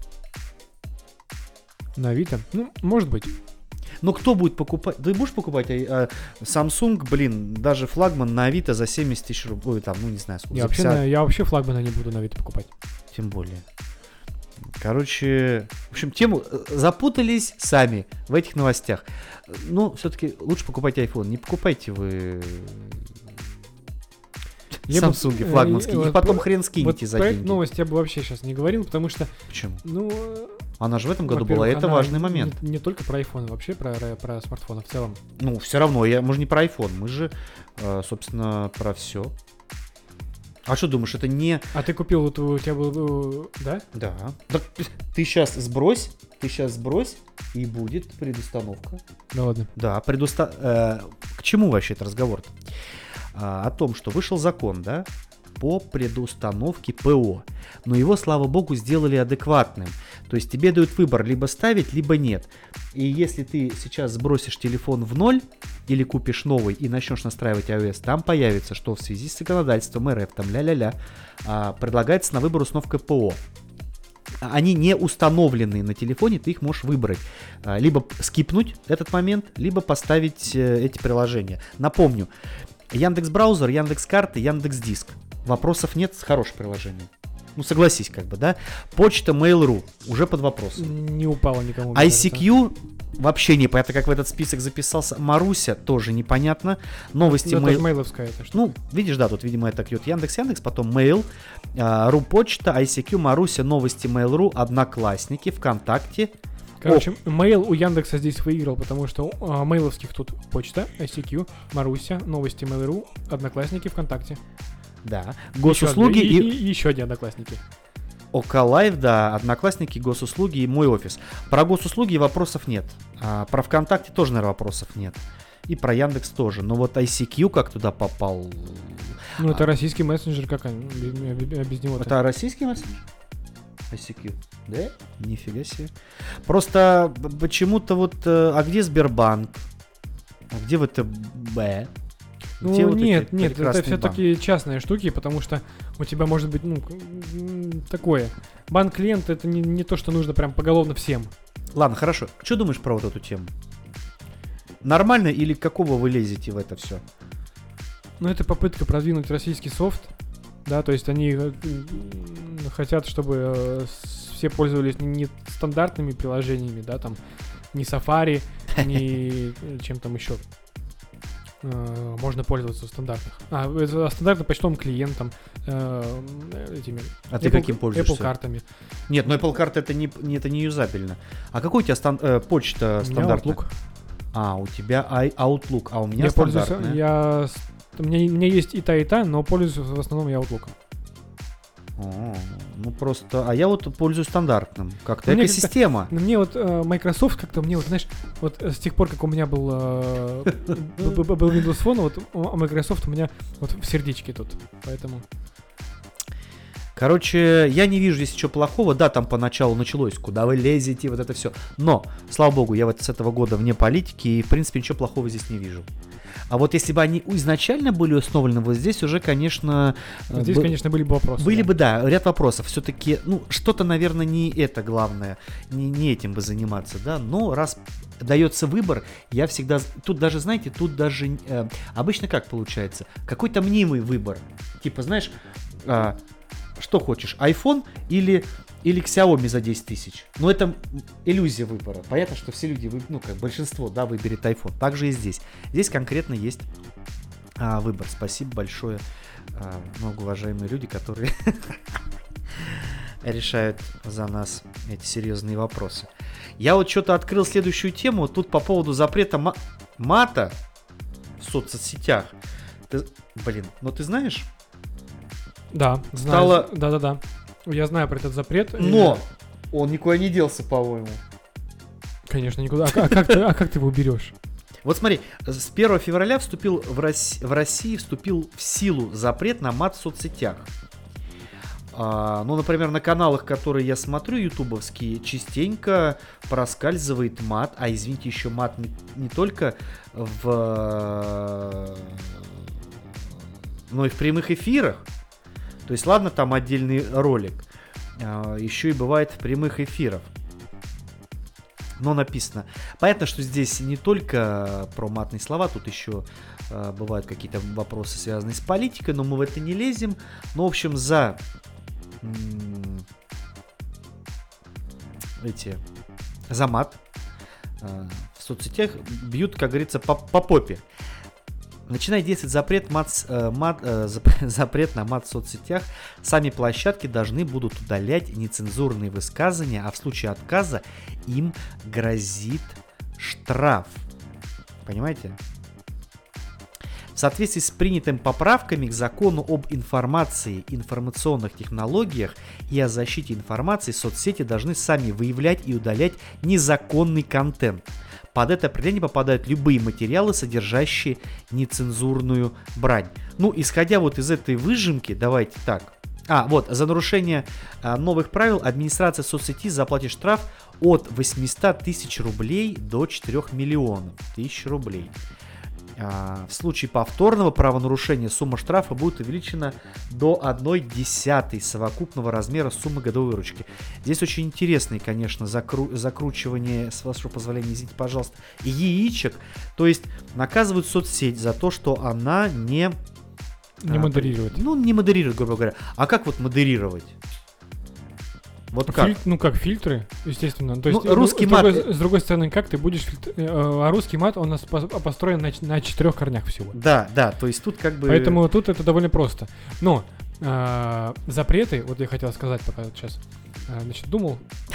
S2: На Авито? Ну, может быть.
S1: Но кто будет покупать? Ты будешь покупать Samsung, блин, даже флагман на Авито за 70 тысяч рублей, там, ну не знаю, сколько.
S2: Я вообще флагмана не буду на Авито покупать.
S1: Тем более. Короче, в общем, тему запутались сами в этих новостях. Ну, все-таки лучше покупайте iPhone. Не покупайте вы Samsung флагманские. И потом хрен скинете за деньги.
S2: Про эту новость я бы вообще сейчас не говорил, потому что...
S1: Почему?
S2: Ну...
S1: Она же в этом году была, это важный момент.
S2: Не только про iPhone, вообще про смартфоны в целом.
S1: Ну, все равно, мы же не про iPhone, мы же, собственно, про все. А что думаешь, это не...
S2: А ты купил, вот у тебя был, да?
S1: Да. Так ты сейчас сбрось, и будет предустановка.
S2: Да ладно.
S1: Да, к чему вообще этот разговор-то? О том, что вышел закон, да, по предустановке ПО. Но его, слава богу, сделали адекватным. То есть тебе дают выбор либо ставить, либо нет. И если ты сейчас сбросишь телефон в ноль или купишь новый и начнешь настраивать iOS, там появится, что в связи с законодательством РФ, там предлагается на выбор установка ПО. Они не установлены на телефоне, ты их можешь выбрать. Либо скипнуть этот момент, либо поставить эти приложения. Напомню, Яндекс.Браузер, Яндекс.Карты, Яндекс.Диск. Вопросов нет, хорошее приложение. Ну, согласись, как бы, да? Почта, Mail.ru уже под вопросом.
S2: Не упало никому.
S1: ICQ вообще непонятно, как в этот список записался. Маруся тоже непонятно. Новости
S2: Mail. Это мейловская, это что?
S1: Ну, видишь, да, тут, видимо, это кьют Яндекс, потом Mail, .ру почта, ICQ, Маруся, новости Mail.ru, Одноклассники, ВКонтакте.
S2: Короче, Mail у Яндекса здесь выиграл, потому что мейловских тут почта, ICQ, Маруся, новости Mail.ru, Одноклассники, ВКонтакте.
S1: Да. Госуслуги и
S2: еще одни Одноклассники.
S1: ОК-Лайв, да, Одноклассники, госуслуги и мой офис. Про госуслуги вопросов нет. Про ВКонтакте тоже, наверное, вопросов нет. И про Яндекс тоже. Но вот ICQ как туда попал?
S2: Ну, это российский мессенджер, как они без него?
S1: Это российский мессенджер? ICQ? Да? Нифига себе. Просто почему-то вот... А где Сбербанк? А где ВТБ?
S2: Ну,
S1: где
S2: нет, это
S1: банки?
S2: все-таки частные штуки, потому что у тебя может быть, такое. Банк-клиент — это не то, что нужно прям поголовно всем.
S1: Ладно, хорошо. Что думаешь про вот эту тему? Нормально или какого вы лезете в это все?
S2: Ну, это попытка продвинуть российский софт, да, то есть они хотят, чтобы все пользовались не стандартными приложениями, да, там, не Safari, не чем там еще. Можно пользоваться стандартных. Стандартным почтовым клиентом, этими.
S1: А ты каким пользуешься?
S2: Apple картами.
S1: Нет, но Apple карта это не юзабельно. А какой у тебя почта стандартная?
S2: Outlook.
S1: У тебя Outlook, а у меня
S2: Я
S1: стандартная.
S2: Я у меня есть и та, но пользуюсь в основном я Outlook'ом.
S1: Ну просто, а я вот пользуюсь стандартным, как-то
S2: Мне
S1: экосистема.
S2: Мне вот Microsoft как-то, мне вот, знаешь, вот с тех пор, как у меня был Windows Phone, вот Microsoft у меня вот в сердечке тут, поэтому...
S1: Короче, я не вижу здесь ничего плохого. Да, там поначалу началось, куда вы лезете, вот это все. Но, слава богу, я вот с этого года вне политики, и, в принципе, ничего плохого здесь не вижу. А вот если бы они изначально были установлены, вот здесь уже, конечно...
S2: Здесь, конечно, были бы вопросы.
S1: Были бы, да, ряд вопросов. Все-таки, ну, что-то, наверное, не это главное, не этим бы заниматься, да. Но раз дается выбор, я всегда... Тут даже, знаете, тут даже... обычно как получается? Какой-то мнимый выбор. Типа, знаешь... что хочешь, iPhone или Xiaomi за 10 тысяч? Ну, это иллюзия выбора. Понятно, что все люди, ну, как большинство, да, выберет iPhone. Так же и здесь. Здесь конкретно есть выбор. Спасибо большое, многоуважаемые люди, которые решают за нас эти серьезные вопросы. Я вот что-то открыл следующую тему. Тут по поводу запрета мата в соцсетях. Ну ты знаешь...
S2: Да, знаю. Да. Я знаю про этот запрет.
S1: Но он никуда не делся, по-моему.
S2: Конечно, никуда. А как ты его уберешь?
S1: Вот смотри, с 1 февраля в России вступил в силу запрет на мат в соцсетях. Ну, например, на каналах, которые я смотрю, ютубовские, частенько проскальзывает мат. А извините, еще мат не только но и в прямых эфирах. То есть, ладно, там отдельный ролик, еще и бывает в прямых эфирах. Но написано. Понятно, что здесь не только про матные слова, тут еще бывают какие-то вопросы, связанные с политикой, но мы в это не лезем. Но, в общем, за мат в соцсетях бьют, как говорится, по попе. Начиная действовать запрет на мат в соцсетях, сами площадки должны будут удалять нецензурные высказывания, а в случае отказа им грозит штраф. Понимаете? В соответствии с принятыми поправками к закону об информации, информационных технологиях и о защите информации, соцсети должны сами выявлять и удалять незаконный контент. Под это определение попадают любые материалы, содержащие нецензурную брань. Ну, исходя вот из этой выжимки, давайте так. Вот, за нарушение новых правил администрация соцсети заплатит штраф от 800 тысяч рублей до 4 миллионов тысяч рублей. В случае повторного правонарушения сумма штрафа будет увеличена до 1/10 совокупного размера суммы годовой выручки. Здесь очень интересное, конечно, закручивание, с вашего позволения, извините, пожалуйста, яичек. То есть наказывают соцсеть за то, что она не
S2: модерирует.
S1: Ну, не модерирует, грубо говоря. А как вот модерировать? Вот как?
S2: Как фильтры, естественно. То есть,
S1: русский мат...
S2: С другой стороны, как ты будешь... А русский мат, он у нас построен на 4 корнях всего.
S1: Да, то есть тут как бы...
S2: Поэтому тут это довольно просто. Но запреты, вот я хотел сказать, пока сейчас думал,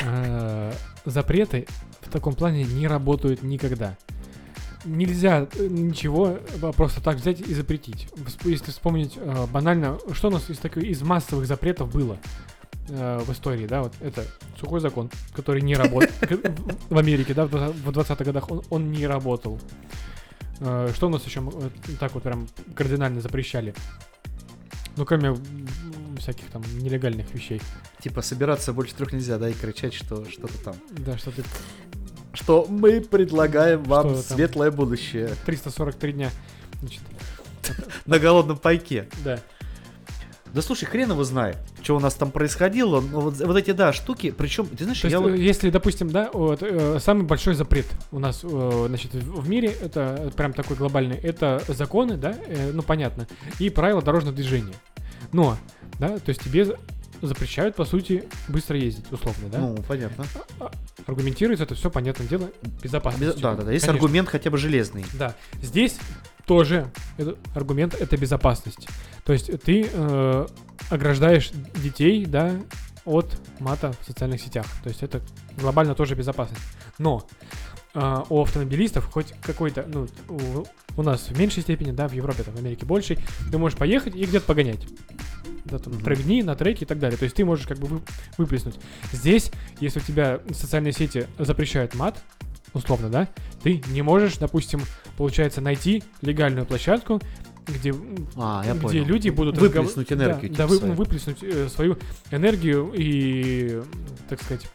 S2: запреты в таком плане не работают никогда. Нельзя ничего просто так взять и запретить. Если вспомнить банально, что у нас из массовых запретов было в истории, да, вот это сухой закон, который не работал в Америке, да, в 20-х годах он не работал. Что у нас еще так вот прям кардинально запрещали? Ну, кроме всяких там нелегальных вещей.
S1: Типа собираться больше 3 нельзя, да, и кричать, что что-то там.
S2: Да, что-то...
S1: Что мы предлагаем вам светлое будущее.
S2: 343 дня, значит.
S1: На голодном пайке.
S2: Да.
S1: Да слушай, хрен его знает, что у нас там происходило. Вот эти, да, штуки. Причем, ты знаешь,
S2: если, допустим, да, самый большой запрет у нас, значит, в мире, это прям такой глобальный, это законы, да, ну понятно, и правила дорожного движения. Но, да, то есть тебе запрещают, по сути, быстро ездить, условно, да?
S1: Ну, понятно.
S2: Аргументируется это все, понятное дело, безопасностью.
S1: Да, есть конечно. Аргумент хотя бы железный.
S2: Да, здесь тоже аргумент — это безопасность. То есть ты ограждаешь детей, да, от мата в социальных сетях. То есть это глобально тоже безопасность. Но у автомобилистов хоть какой-то, ну, у нас в меньшей степени, да, в Европе, там, в Америке больше, ты можешь поехать и где-то погонять. Да, там, трек-дни, на треке и так далее. То есть ты можешь как бы выплеснуть. Здесь, если у тебя социальные сети запрещают мат, условно, да, ты не можешь, допустим, получается, найти легальную площадку, где люди будут
S1: выплеснуть энергию.
S2: Да, выплеснуть свою энергию и, так сказать,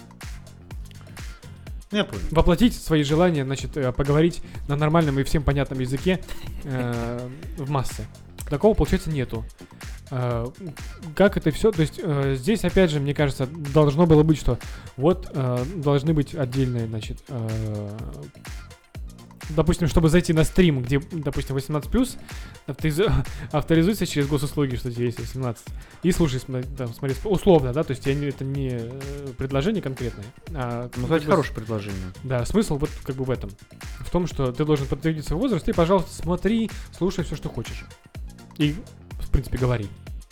S1: я понял.
S2: Воплотить свои желания, значит, поговорить на нормальном и всем понятном языке в массы. Такого, получается, нету. Как это все? То есть здесь, опять же, мне кажется, должно было быть, что вот должны быть отдельные, значит, допустим, чтобы зайти на стрим, где, допустим, 18+, авторизуйся через госуслуги, что тебе есть 18, и слушай, там, смотри, условно, да, то есть это не предложение конкретное.
S1: Ну, кстати, хорошее предложение.
S2: Да, смысл вот как бы в этом. В том, что ты должен подтвердить свой возраст, и, пожалуйста, смотри, слушай все, что хочешь. И, в принципе, говори.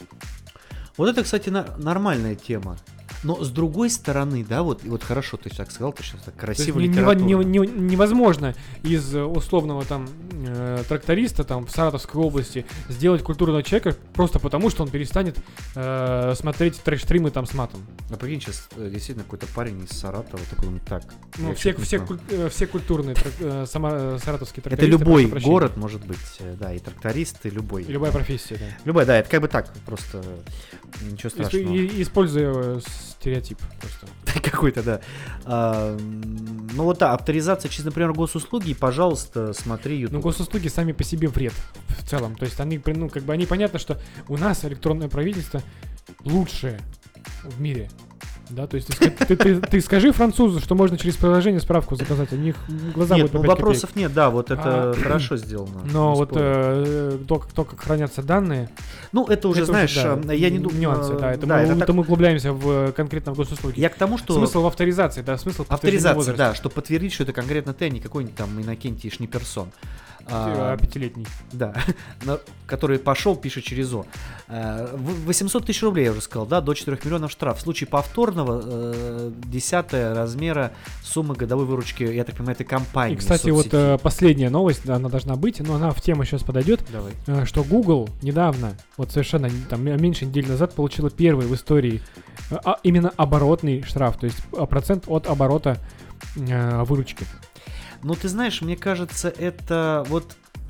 S1: Вот это, кстати, нормальная тема. Но с другой стороны, да, вот хорошо ты так сказал, ты сейчас так красиво литературно.
S2: Невозможно из условного там тракториста там в Саратовской области сделать культурного человека просто потому, что он перестанет смотреть трэш-стримы там с матом.
S1: А прикинь, сейчас действительно какой-то парень из Саратова такой, ну так.
S2: Ну, все культурные саратовские трактористы.
S1: Это любой город может быть, да, и трактористы, любой.
S2: И любая профессия, да.
S1: Любая, да, это как бы так, просто ничего страшного.
S2: Используя стереотип просто.
S1: Какой-то, да. Ну вот да, авторизация через, например, госуслуги, пожалуйста, смотри YouTube.
S2: Ну, госуслуги сами по себе вред в целом. То есть они, ну, как бы они понятно, что у нас электронное правительство лучшее в мире. Да, то есть ты скажи французу, что можно через приложение справку заказать, у них глаза будут
S1: попять. Нет, вопросов нет, да, вот это хорошо сделано.
S2: Но вот то, как хранятся данные.
S1: Ну, это уже, знаешь, я не думаю...
S2: Нюансы, да, это мы углубляемся конкретно в госуслуги.
S1: Я к тому, что...
S2: Смысл в авторизации, да, смысл
S1: авторизация, возраста. Да, чтобы подтвердить, что это конкретно ты, а не какой-нибудь там Иннокентий Шниперсон.
S2: Пятилетний.
S1: Да, который пошел, пишет через О. 800 тысяч рублей, я уже сказал, да, до 4 миллионов штраф. В случае повторного 10 размера суммы годовой выручки, я так понимаю, этой компании.
S2: И, кстати, вот последняя новость, да, она должна быть, но она в тему сейчас подойдет.
S1: Давай.
S2: Что Google недавно, вот совершенно там меньше недели назад, получила первый в истории именно оборотный штраф, то есть процент от оборота выручки.
S1: Ну, ты знаешь, мне кажется, это вот...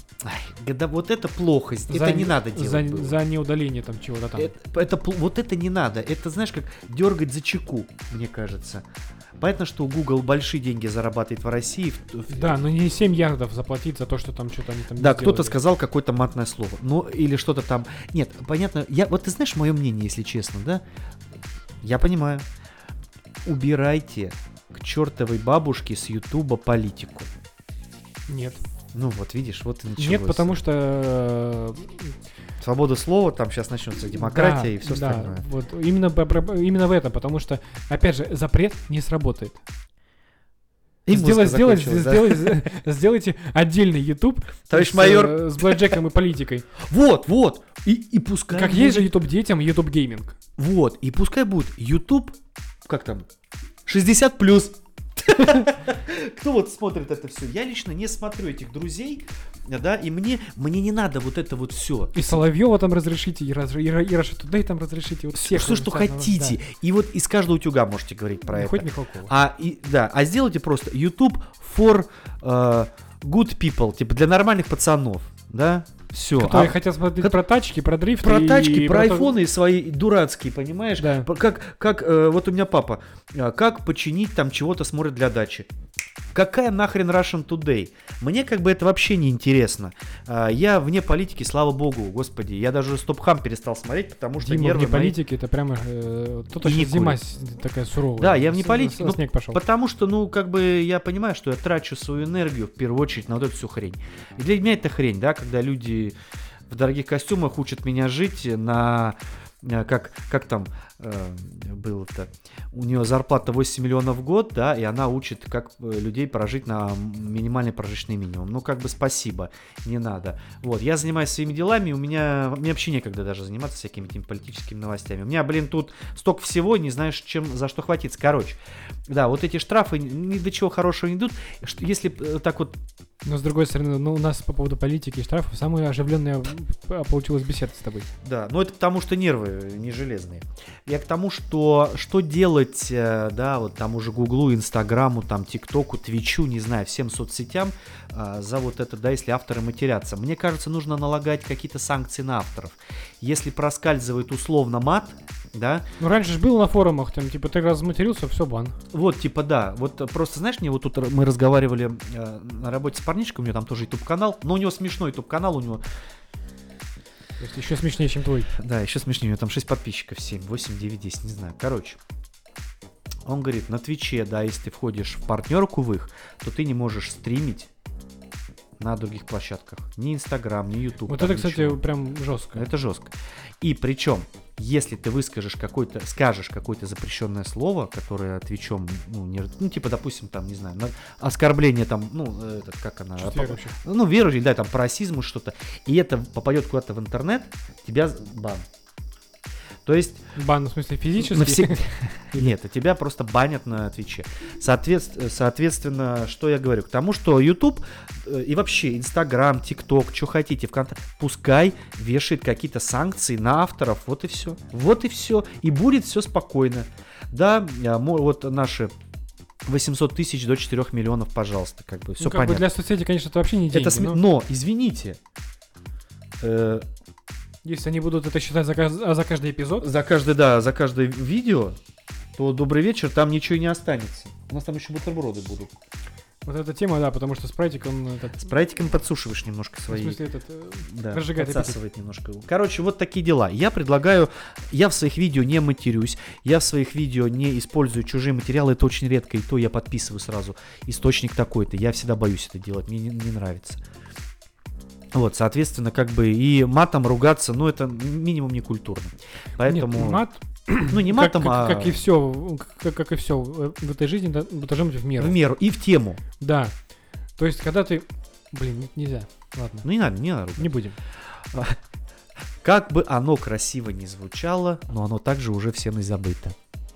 S1: вот это плохо, это не надо делать.
S2: За неудаление там чего-то там.
S1: Вот это не надо. Это, знаешь, как дергать за чеку, мне кажется. Понятно, что Google большие деньги зарабатывает в России.
S2: Да, но не 7 ярдов заплатить за то, что там что-то они там
S1: да, кто-то сказал какое-то матное слово. Ну, или что-то там... Нет, понятно. Вот ты знаешь мое мнение, если честно, да? Я понимаю. Убирайте к чертовой бабушке с Ютуба политику.
S2: Нет.
S1: Ну вот, видишь, вот и началось.
S2: Нет, потому что...
S1: Свобода слова, там сейчас начнется демократия, да, и все остальное.
S2: Да, вот именно в этом, потому что, опять же, запрет не сработает. Сделайте отдельный YouTube с блэкджеком и политикой.
S1: Вот. И пускай...
S2: Как есть же YouTube детям и YouTube гейминг.
S1: Вот, и пускай будет YouTube, как там, 60+. Кто вот смотрит это все? Я лично не смотрю этих друзей, да, и мне не надо вот это вот все.
S2: И Соловьева там разрешите, и Russia Today там разрешите. Вот всех
S1: все, что хотите. Да. И вот из каждого утюга можете говорить про это.
S2: Хоть Михалкова.
S1: А сделайте просто YouTube for good people, типа для нормальных пацанов, да? Все.
S2: Которые хотят смотреть про тачки, про дрифт.
S1: Про тачки, про айфоны свои дурацкие, понимаешь?
S2: Да.
S1: Как вот у меня папа, как починить там чего-то смотрит для дачи. Какая нахрен Russian Today? Мне как бы это вообще не интересно. Я вне политики, слава богу, господи. Я даже Стоп-хам перестал смотреть, потому что
S2: нервы... вне политики, это прямо... Тут сейчас зима такая суровая.
S1: Да, я вне политики,
S2: снег пошел.
S1: Потому что, как бы, я понимаю, что я трачу свою энергию, в первую очередь, на вот эту всю хрень. И для меня это хрень, да, когда люди в дорогих костюмах учат меня жить на как там было-то, у нее зарплата 8 миллионов в год, да, и она учит, как людей прожить на минимальный прожиточный минимум. Ну, как бы спасибо, не надо. Вот, я занимаюсь своими делами, мне вообще некогда даже заниматься всякими этими политическими новостями. У меня, тут столько всего, не знаешь, за что хватиться. Короче, да, вот эти штрафы ни до чего хорошего не идут. Если так вот...
S2: Но с другой стороны, у нас по поводу политики и штрафов самая оживленная получилась беседа с тобой.
S1: Да, но это потому, что нервы не железные. Я к тому, что делать, да, вот тому же Гуглу, Инстаграму, там, ТикТоку, Твичу, не знаю, всем соцсетям за вот это, да, если авторы матерятся. Мне кажется, нужно налагать какие-то санкции на авторов. Если проскальзывает условно мат, да.
S2: Ну, раньше же было на форумах, там, типа, ты раз матерился, все, бан.
S1: Вот, типа, да. Вот просто, знаешь, мне вот тут мы разговаривали на работе с парнишкой, у него там тоже YouTube-канал, но у него смешной YouTube-канал, у него...
S2: То есть еще смешнее, чем твой.
S1: Да, еще смешнее, у него там 6 подписчиков, 7, 8, 9, 10, не знаю. Короче, он говорит, на Твиче, да, если ты входишь в партнерку в их, то ты не можешь стримить на других площадках. Ни Инстаграм, ни Ютуб.
S2: Вот это, кстати, ничего. Прям жестко.
S1: Это жестко. И причем, если ты скажешь какое-то запрещенное слово, которое Твичом, типа, допустим, там, не знаю, оскорбление там, верующих, да, там, по расизму что-то, и это попадет куда-то в интернет, тебя бан. То есть...
S2: Бан, в смысле, физически?
S1: Нет, тебя просто банят на Твиче. Соответственно, что я говорю? К тому, что YouTube и вообще Инстаграм, ТикТок, что хотите, ВКонтакте, пускай вешает какие-то санкции на авторов, вот и все. Вот и все. И будет все спокойно. Да, вот наши 800 тысяч до 4 миллионов, пожалуйста, как бы все понятно.
S2: Для соцсети, конечно, это вообще не деньги.
S1: Но, извините,
S2: если они будут это считать за каждый эпизод?
S1: За каждое видео, то добрый вечер, там ничего и не останется. У нас там еще бутерброды будут.
S2: Вот эта тема, да, потому что спрайтик, он...
S1: Спрайтиком подсушиваешь немножко свои...
S2: В смысле,
S1: разжигает подсасывает немножко. Короче, вот такие дела. Я предлагаю... Я в своих видео не матерюсь, я в своих видео не использую чужие материалы, это очень редко, и то я подписываю сразу. Источник такой-то, я всегда боюсь это делать, мне не нравится. Вот, соответственно, как бы и матом ругаться, это минимум не культурно. Поэтому...
S2: Нет, мат...
S1: не матом,
S2: как и все в этой жизни, должно быть в меру.
S1: В меру и в тему.
S2: Да. То есть, когда ты... нельзя. Ладно.
S1: Не надо ругаться.
S2: Не будем.
S1: Как бы оно красиво не звучало, но оно также уже всем и забыто.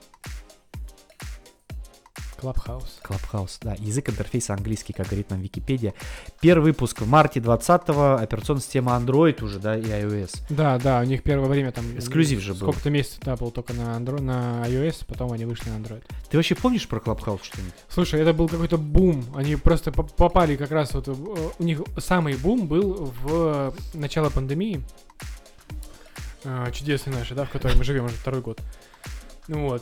S1: Clubhouse, да. Язык интерфейса английский, как говорит нам Википедия. Первый выпуск в марте 2020-го, операционная система Android уже, да, и iOS.
S2: Да, у них первое время там...
S1: Эксклюзив же был.
S2: Сколько-то месяцев, да, был только на iOS, потом они вышли на Android.
S1: Ты вообще помнишь про Clubhouse что-нибудь?
S2: Слушай, это был какой-то бум. Они просто попали как раз вот... У них самый бум был в начало пандемии. Чудесный наши, да, в которой мы живем уже второй год. Вот.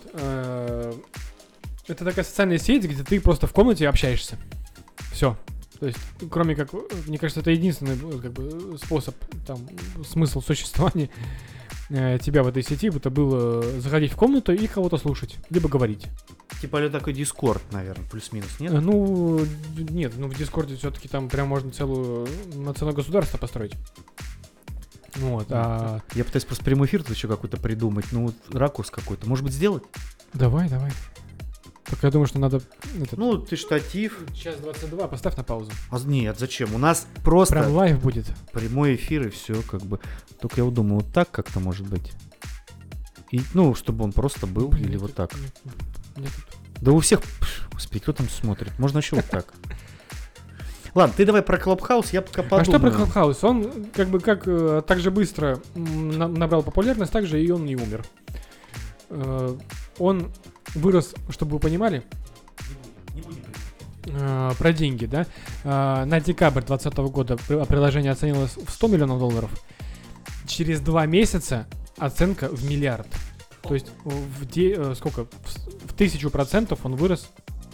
S2: Это такая социальная сеть, где ты просто в комнате общаешься. Все. То есть, кроме как, мне кажется, это единственный как бы способ, смысл существования тебя в этой сети, это было заходить в комнату и кого-то слушать, либо говорить.
S1: Типа такой Discord, наверное, плюс-минус, нет?
S2: Нет, в Дискорде все-таки там прям можно на целое государство построить. Вот,
S1: Я пытаюсь просто прямой эфир тут еще какой-то придумать, ракурс какой-то, может быть, сделать?
S2: Давай. Только я думаю, что надо...
S1: ты штатив.
S2: Сейчас 22, поставь на паузу.
S1: Нет, зачем? У нас просто...
S2: Прям лайв будет.
S1: Прямой эфир и все, как бы. Только я вот думаю, вот так как-то может быть. И, чтобы он просто был, или вот так.
S2: Нет.
S1: Да у всех... Господи, кто там смотрит? Можно еще вот так. Ладно, ты давай про Clubhouse, я пока подумаю.
S2: А что про Clubhouse? Он как так же быстро набрал популярность, так же и он не умер. Он вырос, чтобы вы понимали, про деньги, да? На декабрь 2020 года приложение оценилось в $100 миллионов. Через 2 месяца оценка в миллиард. То есть в 1000% он вырос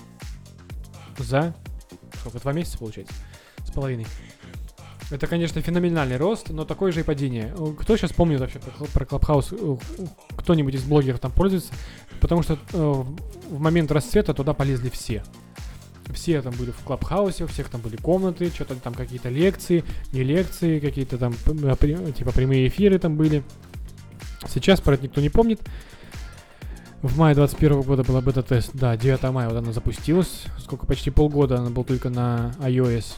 S2: за 2 месяца, получается, с половиной. Это, конечно, феноменальный рост, но такое же и падение. Кто сейчас помнит вообще про Clubhouse? Кто-нибудь из блогеров там пользуется? Потому что в момент расцвета туда полезли все. Все там были в Clubhouse, у всех там были комнаты, что-то там какие-то лекции, не лекции, какие-то там типа прямые эфиры там были. Сейчас про это никто не помнит. В мае 2021 года была бета-тест. Да, 9 мая вот она запустилась. Сколько? Почти полгода она была только на iOS.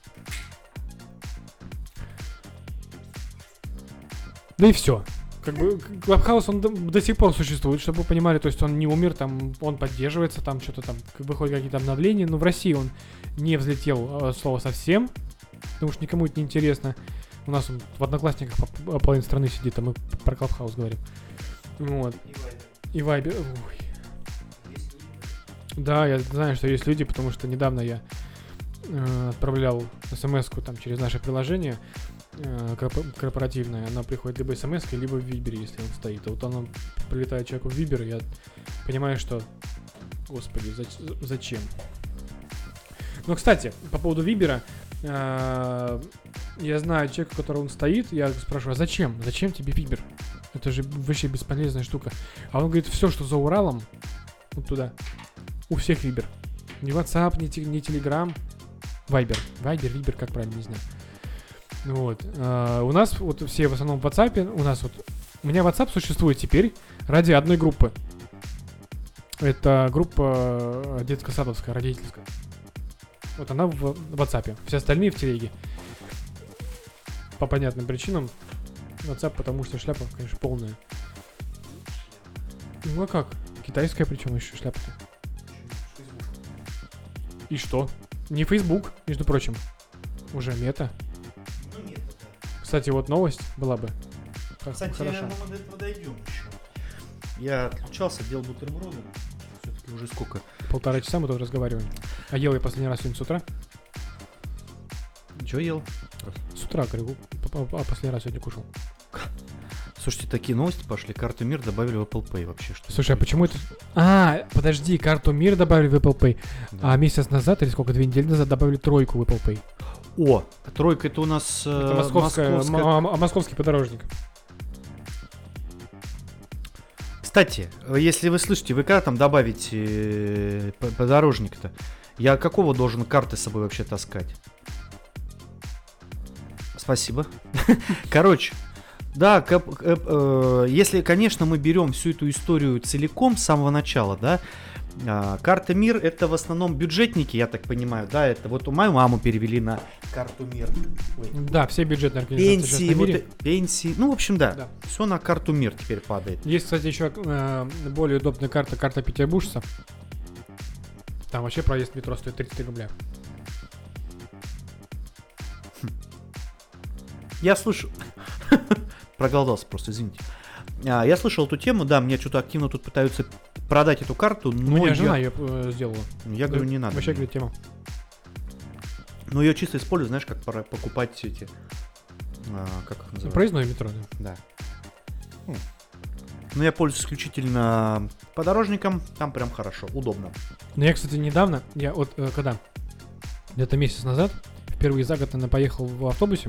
S2: Да и все. Как бы Clubhouse, он до сих пор существует, чтобы вы понимали, то есть он не умер, там, он поддерживается, там что-то там, выходят какие-то обновления, но в России он не взлетел, слово совсем, потому что никому это не интересно. У нас он в Одноклассниках половина страны сидит, а мы про Clubhouse говорим. Вот. И Viber. Ой. Да, я знаю, что есть люди, потому что недавно я отправлял смс-ку там через наше приложение корпоративное, она приходит либо смс-кой, либо в Вибере, если он стоит. А вот она прилетает человеку в Вибер, я понимаю, что... Господи, зачем? Ну, кстати, по поводу Вибера, я знаю человека, у которого он стоит, я спрашиваю, а зачем? Зачем тебе Вибер? Это же вообще бесполезная штука. А он говорит, все, что за Уралом, вот туда, у всех Вибер. Ни WhatsApp, ни Telegram, Вибер, как правильно, не знаю. Вот. У нас вот все в основном в WhatsApp, у меня WhatsApp существует теперь ради одной группы. Это группа детско-садовская, родительская. Вот она в WhatsApp. Все остальные в телеге. По понятным причинам. WhatsApp, потому что шляпа, конечно, полная. Ну а как? Китайская причем еще шляпа-то. И что? Не Facebook, между прочим. Уже мета. Кстати, вот новость была бы.
S1: Кстати,
S2: хорошо.
S1: мы до этого дойдем еще. Я отключался, делал бутерброды. Все-таки уже сколько?
S2: 1,5 часа мы тут разговариваем. А ел я последний раз сегодня с утра?
S1: Че ел?
S2: С утра, говорю, последний раз сегодня кушал.
S1: Слушайте, такие новости пошли. Карту мир добавили в Apple Pay вообще. Что
S2: Слушай, а почему это... подожди, карту мир добавили в Apple Pay. Да. А месяц назад, или сколько, 2 недели назад добавили тройку в Apple Pay.
S1: О, тройка это у нас
S2: это московский подорожник.
S1: Кстати, если вы слышите, вы когда там добавите подорожник-то, я какого должен карты с собой вообще таскать? Спасибо. Короче, да, если, конечно, мы берем всю эту историю целиком с самого начала, да, карта МИР это в основном бюджетники, я так понимаю, да, это вот мою маму перевели на карту МИР. Ой.
S2: Да, все бюджетные организации.
S1: Пенсии, ну, в общем, да, все на карту МИР теперь падает.
S2: Есть, кстати, еще более удобная карта петербуржца. Там вообще проезд в метро стоит 33 рубля.
S1: Я слышу, проголодался просто, извините. Я слышал эту тему, да, мне что-то активно тут пытаются продать эту карту, но...
S2: У меня жена ее сделала.
S1: Я говорю, не надо.
S2: Вообще, говорит, тема.
S1: Но ее чисто использую, знаешь, как покупать эти... как их называют?
S2: Проездное метро,
S1: да. Но я пользуюсь исключительно подорожником, там прям хорошо, удобно.
S2: Ну, я, кстати, недавно, когда? Где-то месяц назад, впервые за год, наверное, поехал в автобусе.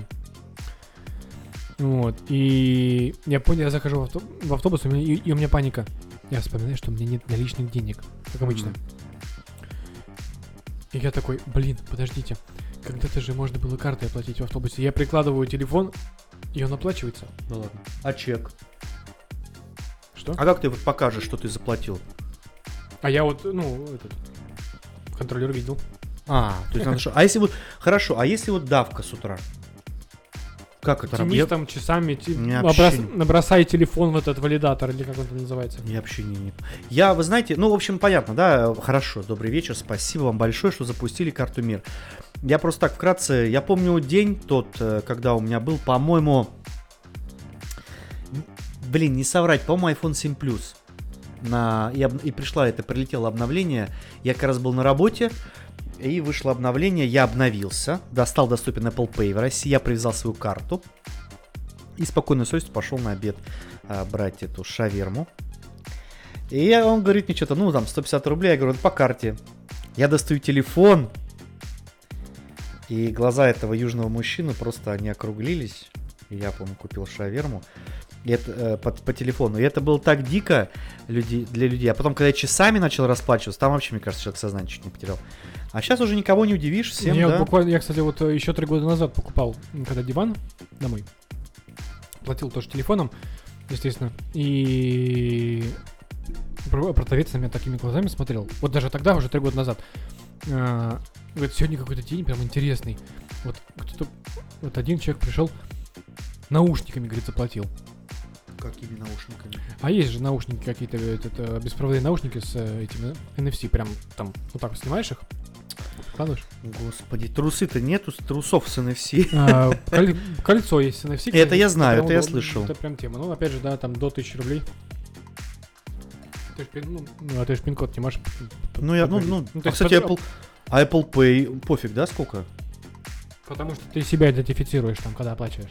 S2: Вот, и я понял, я захожу в автобус, и у меня паника. Я вспоминаю, что у меня нет наличных денег, как обычно. И я такой, подождите, когда-то же можно было картой оплатить в автобусе. Я прикладываю телефон, и он оплачивается.
S1: Да ладно. А чек?
S2: Что?
S1: А как ты вот покажешь, что ты заплатил?
S2: А я контролер видел.
S1: То есть надо что? А если вот, хорошо, а если вот давка с утра? Как это
S2: работает? Там часами набросай телефон в этот валидатор, или как он там называется.
S1: Я вообще не... вы знаете, в общем, понятно, да, хорошо, добрый вечер, спасибо вам большое, что запустили карту МИР. Я просто так вкратце, я помню день тот, когда у меня был, по-моему, не соврать, по-моему, iPhone 7 Plus. Прилетело обновление, я как раз был на работе, и вышло обновление, я обновился, стал доступен Apple Pay в России, я привязал свою карту и спокойной совестью пошел на обед брать эту шаверму. И он говорит мне что-то, 150 рублей, я говорю, по карте. Я достаю телефон, и глаза этого южного мужчины просто они округлились. И я, по-моему, купил шаверму. И это, по телефону. И это было так дико для людей. А потом, когда я часами начал расплачиваться, там вообще, мне кажется, человек сознание чуть не потерял. А сейчас уже никого не удивишь, всем,
S2: я, кстати, еще 3 года назад покупал, когда диван домой. Платил тоже телефоном. естественно. И продавец на меня такими глазами смотрел. Вот даже тогда, уже 3 года назад. Говорит, сегодня какой-то день прям интересный. Вот кто-то, вот один человек пришел, наушниками, говорит, заплатил.
S1: Какими наушниками?
S2: А есть же наушники какие-то, это беспроводные наушники с этими NFC, прям там вот так вот снимаешь их, вкладываешь.
S1: Господи, трусы-то нету, трусов с NFC.
S2: Кольцо есть с NFC.
S1: Это я знаю, это я слышал.
S2: Это прям тема. Ну, опять же, да, там до 1000 рублей. Ты же пин-код не можешь.
S1: Кстати, Apple Pay, пофиг, да, сколько?
S2: Потому что ты себя идентифицируешь там, когда оплачиваешь.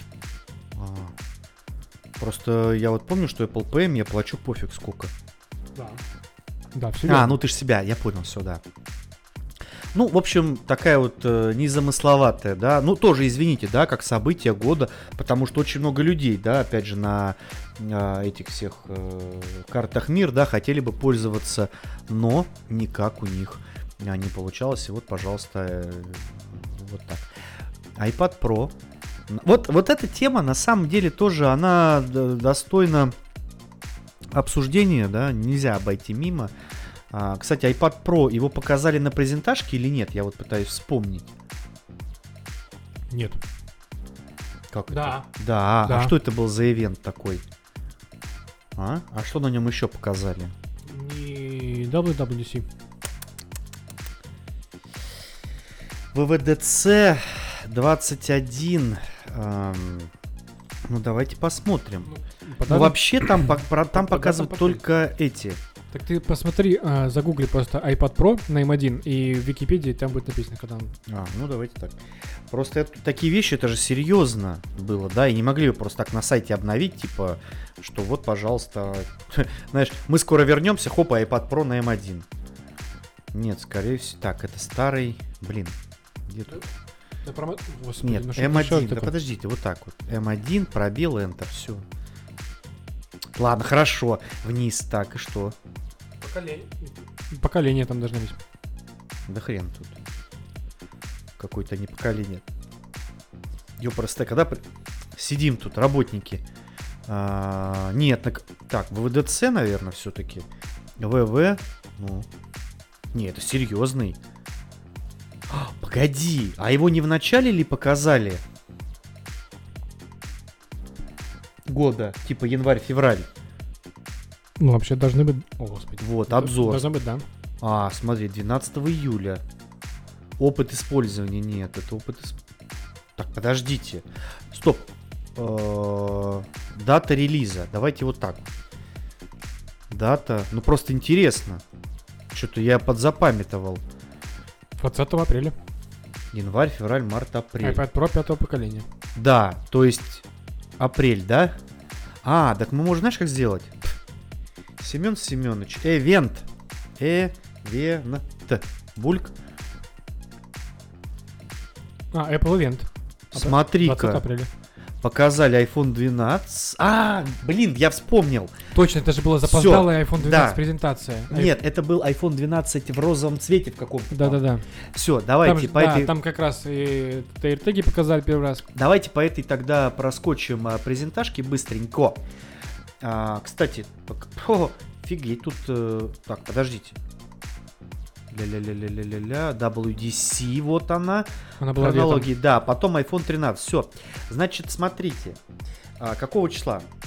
S1: Просто я вот помню, что Apple Pay я плачу пофиг сколько.
S2: Да. Да, все.
S1: Ну ты ж себя, я понял, все, да. Ну, в общем, такая вот незамысловатая, да. Ну, тоже, извините, да, как событие года, потому что очень много людей, да, опять же, на этих всех картах мир, да, хотели бы пользоваться, но никак у них не получалось. И вот, пожалуйста, вот так. iPad Pro. Вот эта тема, на самом деле, тоже, она достойна обсуждения, да, нельзя обойти мимо. Кстати, iPad Pro, его показали на презентажке или нет? Я вот пытаюсь вспомнить.
S2: Нет.
S1: Как
S2: да.
S1: это? Да. А что это был за ивент такой? А что на нем еще показали?
S2: Не WWDC.
S1: WWDC 21. Ну, давайте посмотрим. Ну, вообще там показывают только эти.
S2: Так ты посмотри, загугли просто iPad Pro на M1, и в Википедии там будет написано, когда он...
S1: Ну давайте так. Просто такие вещи, это же серьезно было, да, и не могли бы просто так на сайте обновить, типа, что вот, пожалуйста, знаешь, мы скоро вернемся, хоп, iPad Pro на M1. Нет, скорее всего, так, это старый, где тут?
S2: Господи,
S1: нет, M1, да подождите, вот так вот, M1, пробел, Enter, все. Ладно, хорошо, вниз, так, и что?
S2: Поколение там должно быть.
S1: Да хрен тут. Какое-то не поколение. Ёпрст, когда сидим тут, работники. Нет, так, ВВДЦ, наверное, все-таки. ВВ, ну. Не, это серьезный. Погоди, а его не в начале ли показали? Года, типа январь-февраль.
S2: Ну, вообще должны быть... О, господи.
S1: Вот, обзор.
S2: Должно быть, да.
S1: Смотри, 12 июля. Опыт использования. Нет, это опыт Так, подождите. Стоп. Дата релиза. Давайте вот так. Дата. Ну, просто интересно. Что-то я подзапамятовал.
S2: 20 апреля.
S1: Январь, февраль, март, апрель.
S2: iPad Pro 5-го поколения.
S1: Да, то есть апрель, да? Так мы можем, знаешь, как сделать? Семен Семенович, Эвент. Бульк.
S2: Apple Event.
S1: Смотри-ка.
S2: 20 апреля.
S1: Показали iPhone 12. Я вспомнил.
S2: Точно, это же была запоздалая iPhone 12
S1: да.
S2: презентация.
S1: Нет, это был iPhone 12 в розовом цвете в каком-то.
S2: Да.
S1: Все, давайте
S2: там, этой... там как раз и AirTag показали первый раз.
S1: Давайте по этой тогда проскочим презентажке быстренько. Кстати, офигеть, тут... Так, подождите. WDC, вот она.
S2: Она была
S1: хронологии, да, потом iPhone 13. Все. Значит, смотрите. Какого числа?